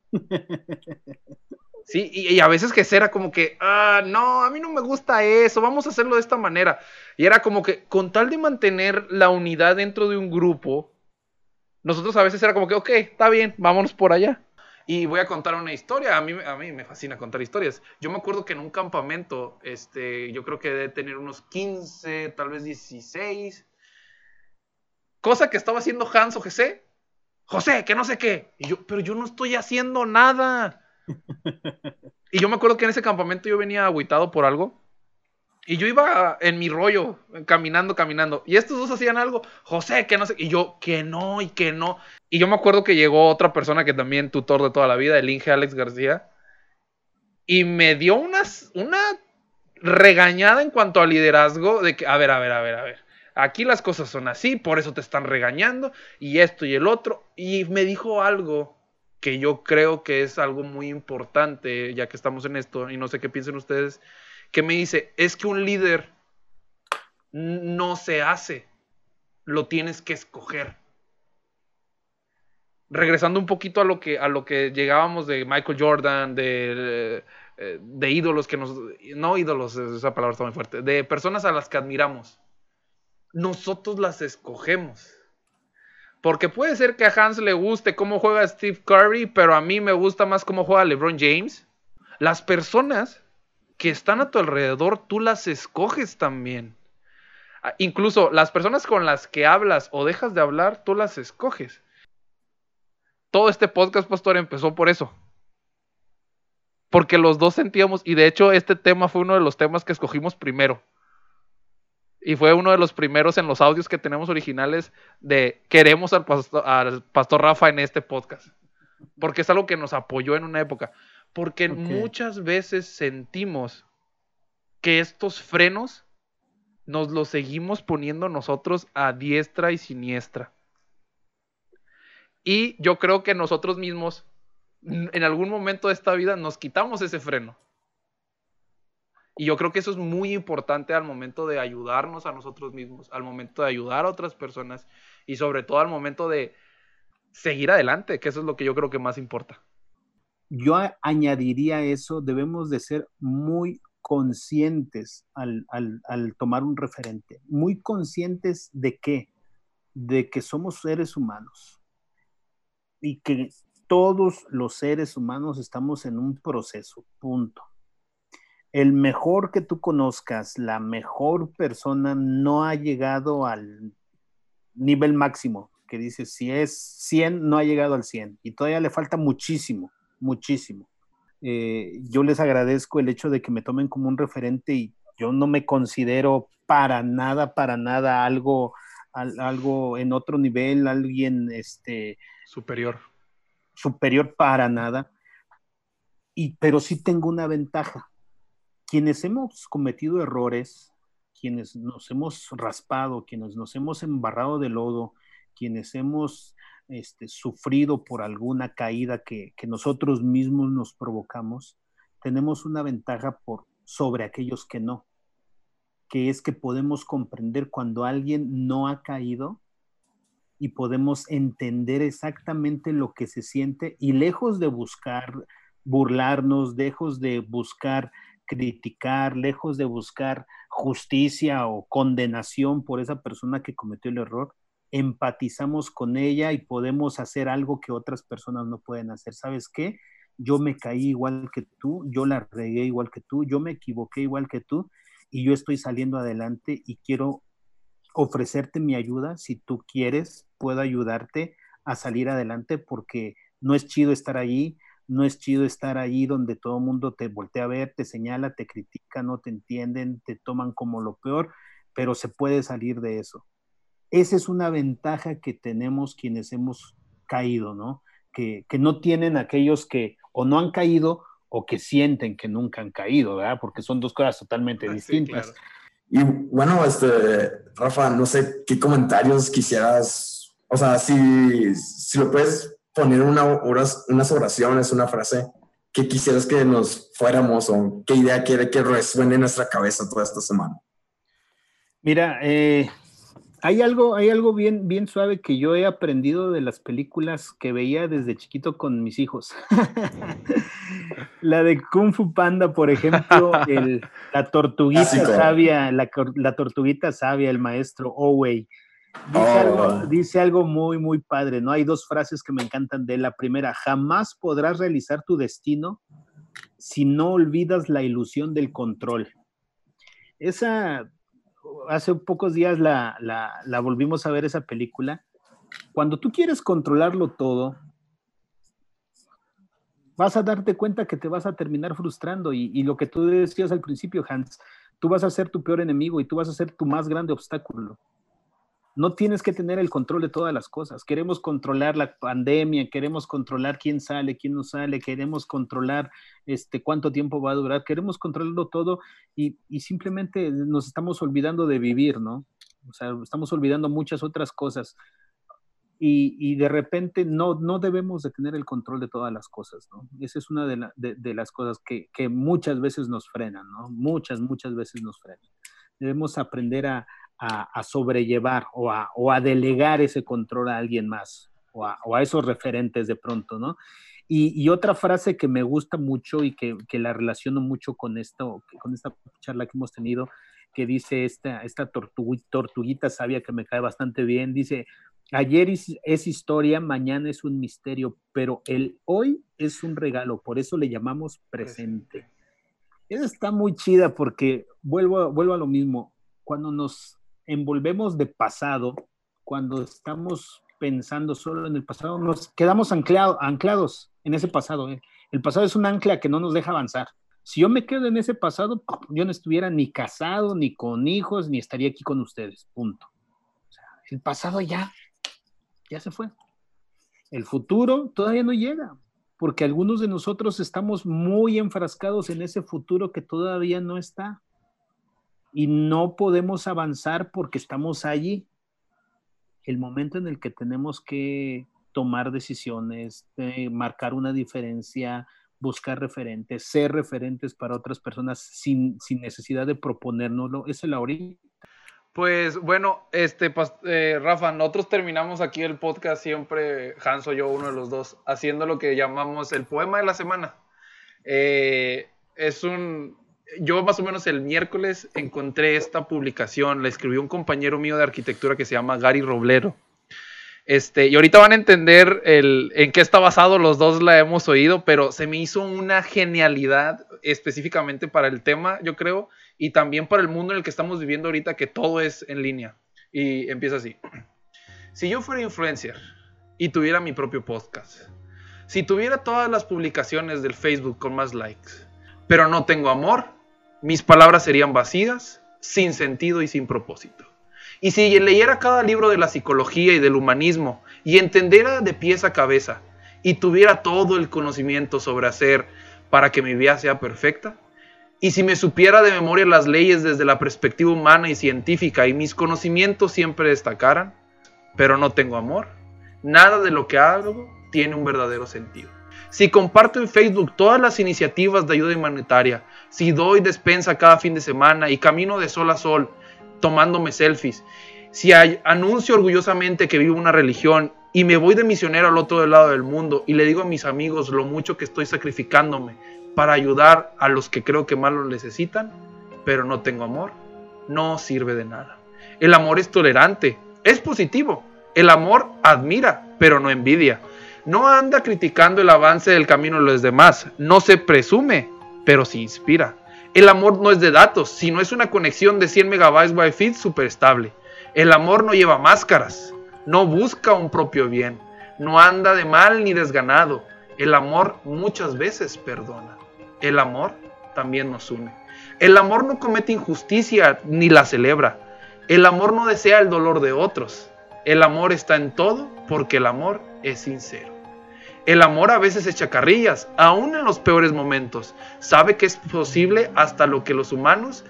Sí, y a veces GC era como que, no, a mí no me gusta eso, vamos a hacerlo de esta manera. Y era como que, con tal de mantener la unidad dentro de un grupo, nosotros a veces era como que, ok, está bien, vámonos por allá. Y voy a contar una historia. A mí me fascina contar historias. Yo me acuerdo que en un campamento, yo creo que debe tener unos 15, tal vez 16. Cosa que estaba haciendo Hans o José. José, que no sé qué. Y yo, pero yo no estoy haciendo nada. Y yo me acuerdo que en ese campamento yo venía agüitado por algo. Y yo iba en mi rollo, caminando. Y estos dos hacían algo. José, que no sé. Y yo, que no, y que no. Y yo me acuerdo que llegó otra persona que también tutor de toda la vida, el Inge Alex García. Y me dio una regañada en cuanto a liderazgo. De que, a ver. Aquí las cosas son así, por eso te están regañando. Y esto y el otro. Y me dijo algo que yo creo que es algo muy importante, ya que estamos en esto. Y no sé qué piensen ustedes. Que me dice, es que un líder no se hace, lo tienes que escoger. Regresando un poquito a lo que llegábamos de Michael Jordan, de ídolos que no ídolos, esa palabra está muy fuerte, de personas a las que admiramos. Nosotros las escogemos. Porque puede ser que a Hans le guste cómo juega Steve Curry, pero a mí me gusta más cómo juega LeBron James. Las personas que están a tu alrededor, tú las escoges también. Incluso las personas con las que hablas o dejas de hablar, tú las escoges. Todo este podcast, Pastor, empezó por eso. Porque los dos sentíamos, y de hecho este tema fue uno de los temas que escogimos primero. Y fue uno de los primeros en los audios que tenemos originales de queremos al pastor Rafa en este podcast. Porque es algo que nos apoyó en una época. Porque muchas veces sentimos que estos frenos nos los seguimos poniendo nosotros a diestra y siniestra. Y yo creo que nosotros mismos, en algún momento de esta vida, nos quitamos ese freno. Y yo creo que eso es muy importante al momento de ayudarnos a nosotros mismos, al momento de ayudar a otras personas y sobre todo al momento de seguir adelante, que eso es lo que yo creo que más importa. Yo añadiría eso, debemos de ser muy conscientes al tomar un referente. Muy conscientes de qué? De que somos seres humanos y que todos los seres humanos estamos en un proceso, punto. El mejor que tú conozcas, la mejor persona no ha llegado al nivel máximo, que dice, si es 100, no ha llegado al 100 y todavía le falta muchísimo. Yo les agradezco el hecho de que me tomen como un referente y yo no me considero para nada algo algo en otro nivel, alguien superior para nada. Pero sí tengo una ventaja. Quienes hemos cometido errores, quienes nos hemos raspado, quienes nos hemos embarrado de lodo, quienes hemos sufrido por alguna caída que nosotros mismos nos provocamos, tenemos una ventaja sobre aquellos que no, que es que podemos comprender cuando alguien no ha caído y podemos entender exactamente lo que se siente, y lejos de buscar burlarnos, lejos de buscar criticar, lejos de buscar justicia o condenación por esa persona que cometió el error, empatizamos con ella y podemos hacer algo que otras personas no pueden hacer. ¿Sabes qué? Yo me caí igual que tú, yo la regué igual que tú, yo me equivoqué igual que tú, y yo estoy saliendo adelante y quiero ofrecerte mi ayuda. Si tú quieres, puedo ayudarte a salir adelante, porque no es chido estar allí, no es chido estar allí donde todo el mundo te voltea a ver, te señala, te critica, no te entienden, te toman como lo peor, pero se puede salir de eso. Esa es una ventaja que tenemos quienes hemos caído, ¿no? Que no tienen aquellos que o no han caído o que sienten que nunca han caído, ¿verdad? Porque son dos cosas totalmente distintas. Sí, claro. Y bueno, Rafa, no sé qué comentarios quisieras, o sea, si lo puedes poner unas oraciones, una frase que quisieras que nos fuéramos, o qué idea quiere que resuene en nuestra cabeza toda esta semana. Mira, hay algo bien, bien suave que yo he aprendido de las películas que veía desde chiquito con mis hijos. La de Kung Fu Panda, por ejemplo, la tortuguita sabia, la tortuguita sabia, el maestro Owei. Dice algo muy, muy padre, ¿no? Hay dos frases que me encantan de él. La primera: jamás podrás realizar tu destino si no olvidas la ilusión del control. Esa, hace pocos días la volvimos a ver, esa película. Cuando tú quieres controlarlo todo, vas a darte cuenta que te vas a terminar frustrando, y lo que tú decías al principio, Hans, tú vas a ser tu peor enemigo y tú vas a ser tu más grande obstáculo. No tienes que tener el control de todas las cosas. Queremos controlar la pandemia, queremos controlar quién sale, quién no sale, queremos controlar cuánto tiempo va a durar, queremos controlarlo todo, y simplemente nos estamos olvidando de vivir, ¿no? O sea, estamos olvidando muchas otras cosas. Y de repente no debemos de tener el control de todas las cosas, ¿no? Esa es una de las cosas que muchas veces nos frenan, ¿no? Muchas veces nos frenan. Debemos aprender a sobrellevar o a delegar ese control a alguien más, o a esos referentes de pronto, ¿no? Y otra frase que me gusta mucho y que la relaciono mucho con esta charla que hemos tenido, que dice esta tortuguita sabia, que me cae bastante bien, dice: ayer es historia, mañana es un misterio, pero el hoy es un regalo, por eso le llamamos presente. Esa está muy chida, porque vuelvo a lo mismo. Cuando nos envolvemos de pasado, cuando estamos pensando solo en el pasado, nos quedamos anclados en ese pasado. El pasado es un ancla que no nos deja avanzar. Si yo me quedo en ese pasado, yo no estuviera ni casado, ni con hijos, ni estaría aquí con ustedes, punto. O sea, el pasado ya se fue. El futuro todavía no llega, porque algunos de nosotros estamos muy enfrascados en ese futuro que todavía no está. Y no podemos avanzar porque estamos allí. El momento en el que tenemos que tomar decisiones, marcar una diferencia, buscar referentes, ser referentes para otras personas sin necesidad de proponérnoslo, es el ahorita. Pues bueno, Rafa, nosotros terminamos aquí el podcast siempre, Hans o yo, uno de los dos, haciendo lo que llamamos el poema de la semana. Yo más o menos el miércoles encontré esta publicación, la escribió un compañero mío de arquitectura que se llama Gary Roblero. Y ahorita van a entender en qué está basado, los dos la hemos oído, pero se me hizo una genialidad específicamente para el tema, yo creo, y también para el mundo en el que estamos viviendo ahorita, que todo es en línea. Y empieza así: si yo fuera influencer y tuviera mi propio podcast, si tuviera todas las publicaciones del Facebook con más likes, pero no tengo amor, mis palabras serían vacías, sin sentido y sin propósito. Y si leyera cada libro de la psicología y del humanismo y entendiera de pies a cabeza y tuviera todo el conocimiento sobre hacer para que mi vida sea perfecta, y si me supiera de memoria las leyes desde la perspectiva humana y científica y mis conocimientos siempre destacaran, pero no tengo amor, nada de lo que hago tiene un verdadero sentido. Si comparto en Facebook todas las iniciativas de ayuda humanitaria, si doy despensa cada fin de semana y camino de sol a sol tomándome selfies, si anuncio orgullosamente que vivo una religión y me voy de misionero al otro lado del mundo y le digo a mis amigos lo mucho que estoy sacrificándome para ayudar a los que creo que más lo necesitan, pero no tengo amor, no sirve de nada. El amor es tolerante, es positivo. El amor admira, pero no envidia. No anda criticando el avance del camino de los demás, no se presume, pero se inspira. El amor no es de datos, sino es una conexión de 100 megabytes Wi-Fi súper estable. El amor no lleva máscaras, no busca un propio bien, no anda de mal ni desganado. El amor muchas veces perdona. El amor también nos une. El amor no comete injusticia ni la celebra. El amor no desea el dolor de otros. El amor está en todo porque el amor es sincero. El amor a veces echa carrillas, aún en los peores momentos. Sabe que es posible hasta lo que los humanos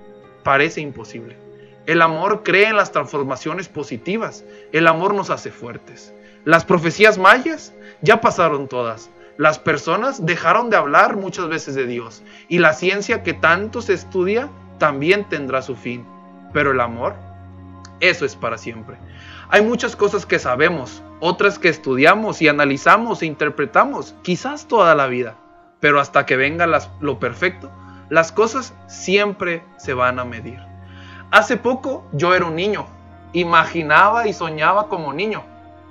parece imposible. El amor cree en las transformaciones positivas. El amor nos hace fuertes. Las profecías mayas ya pasaron todas. Las personas dejaron de hablar muchas veces de Dios. Y la ciencia que tanto se estudia también tendrá su fin. Pero el amor, eso es para siempre. Hay muchas cosas que sabemos, otras que estudiamos y analizamos e interpretamos, quizás toda la vida. Pero hasta que venga lo perfecto, las cosas siempre se van a medir. Hace poco yo era un niño, imaginaba y soñaba como niño.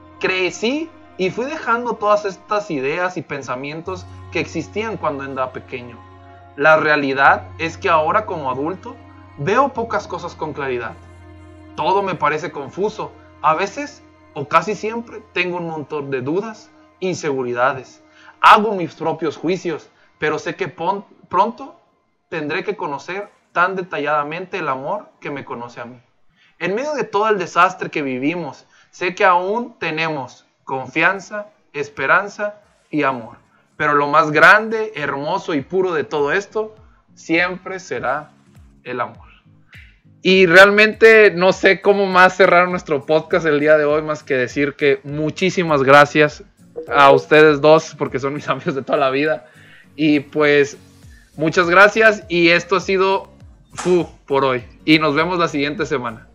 Crecí y fui dejando todas estas ideas y pensamientos que existían cuando era pequeño. La realidad es que ahora como adulto veo pocas cosas con claridad. Todo me parece confuso. A veces, o casi siempre, tengo un montón de dudas, inseguridades. Hago mis propios juicios, pero sé que pronto tendré que conocer tan detalladamente el amor que me conoce a mí. En medio de todo el desastre que vivimos, sé que aún tenemos confianza, esperanza y amor. Pero lo más grande, hermoso y puro de todo esto siempre será el amor. Y realmente no sé cómo más cerrar nuestro podcast el día de hoy, más que decir que muchísimas gracias a ustedes dos, porque son mis amigos de toda la vida. Y pues muchas gracias y esto ha sido por hoy. Y nos vemos la siguiente semana.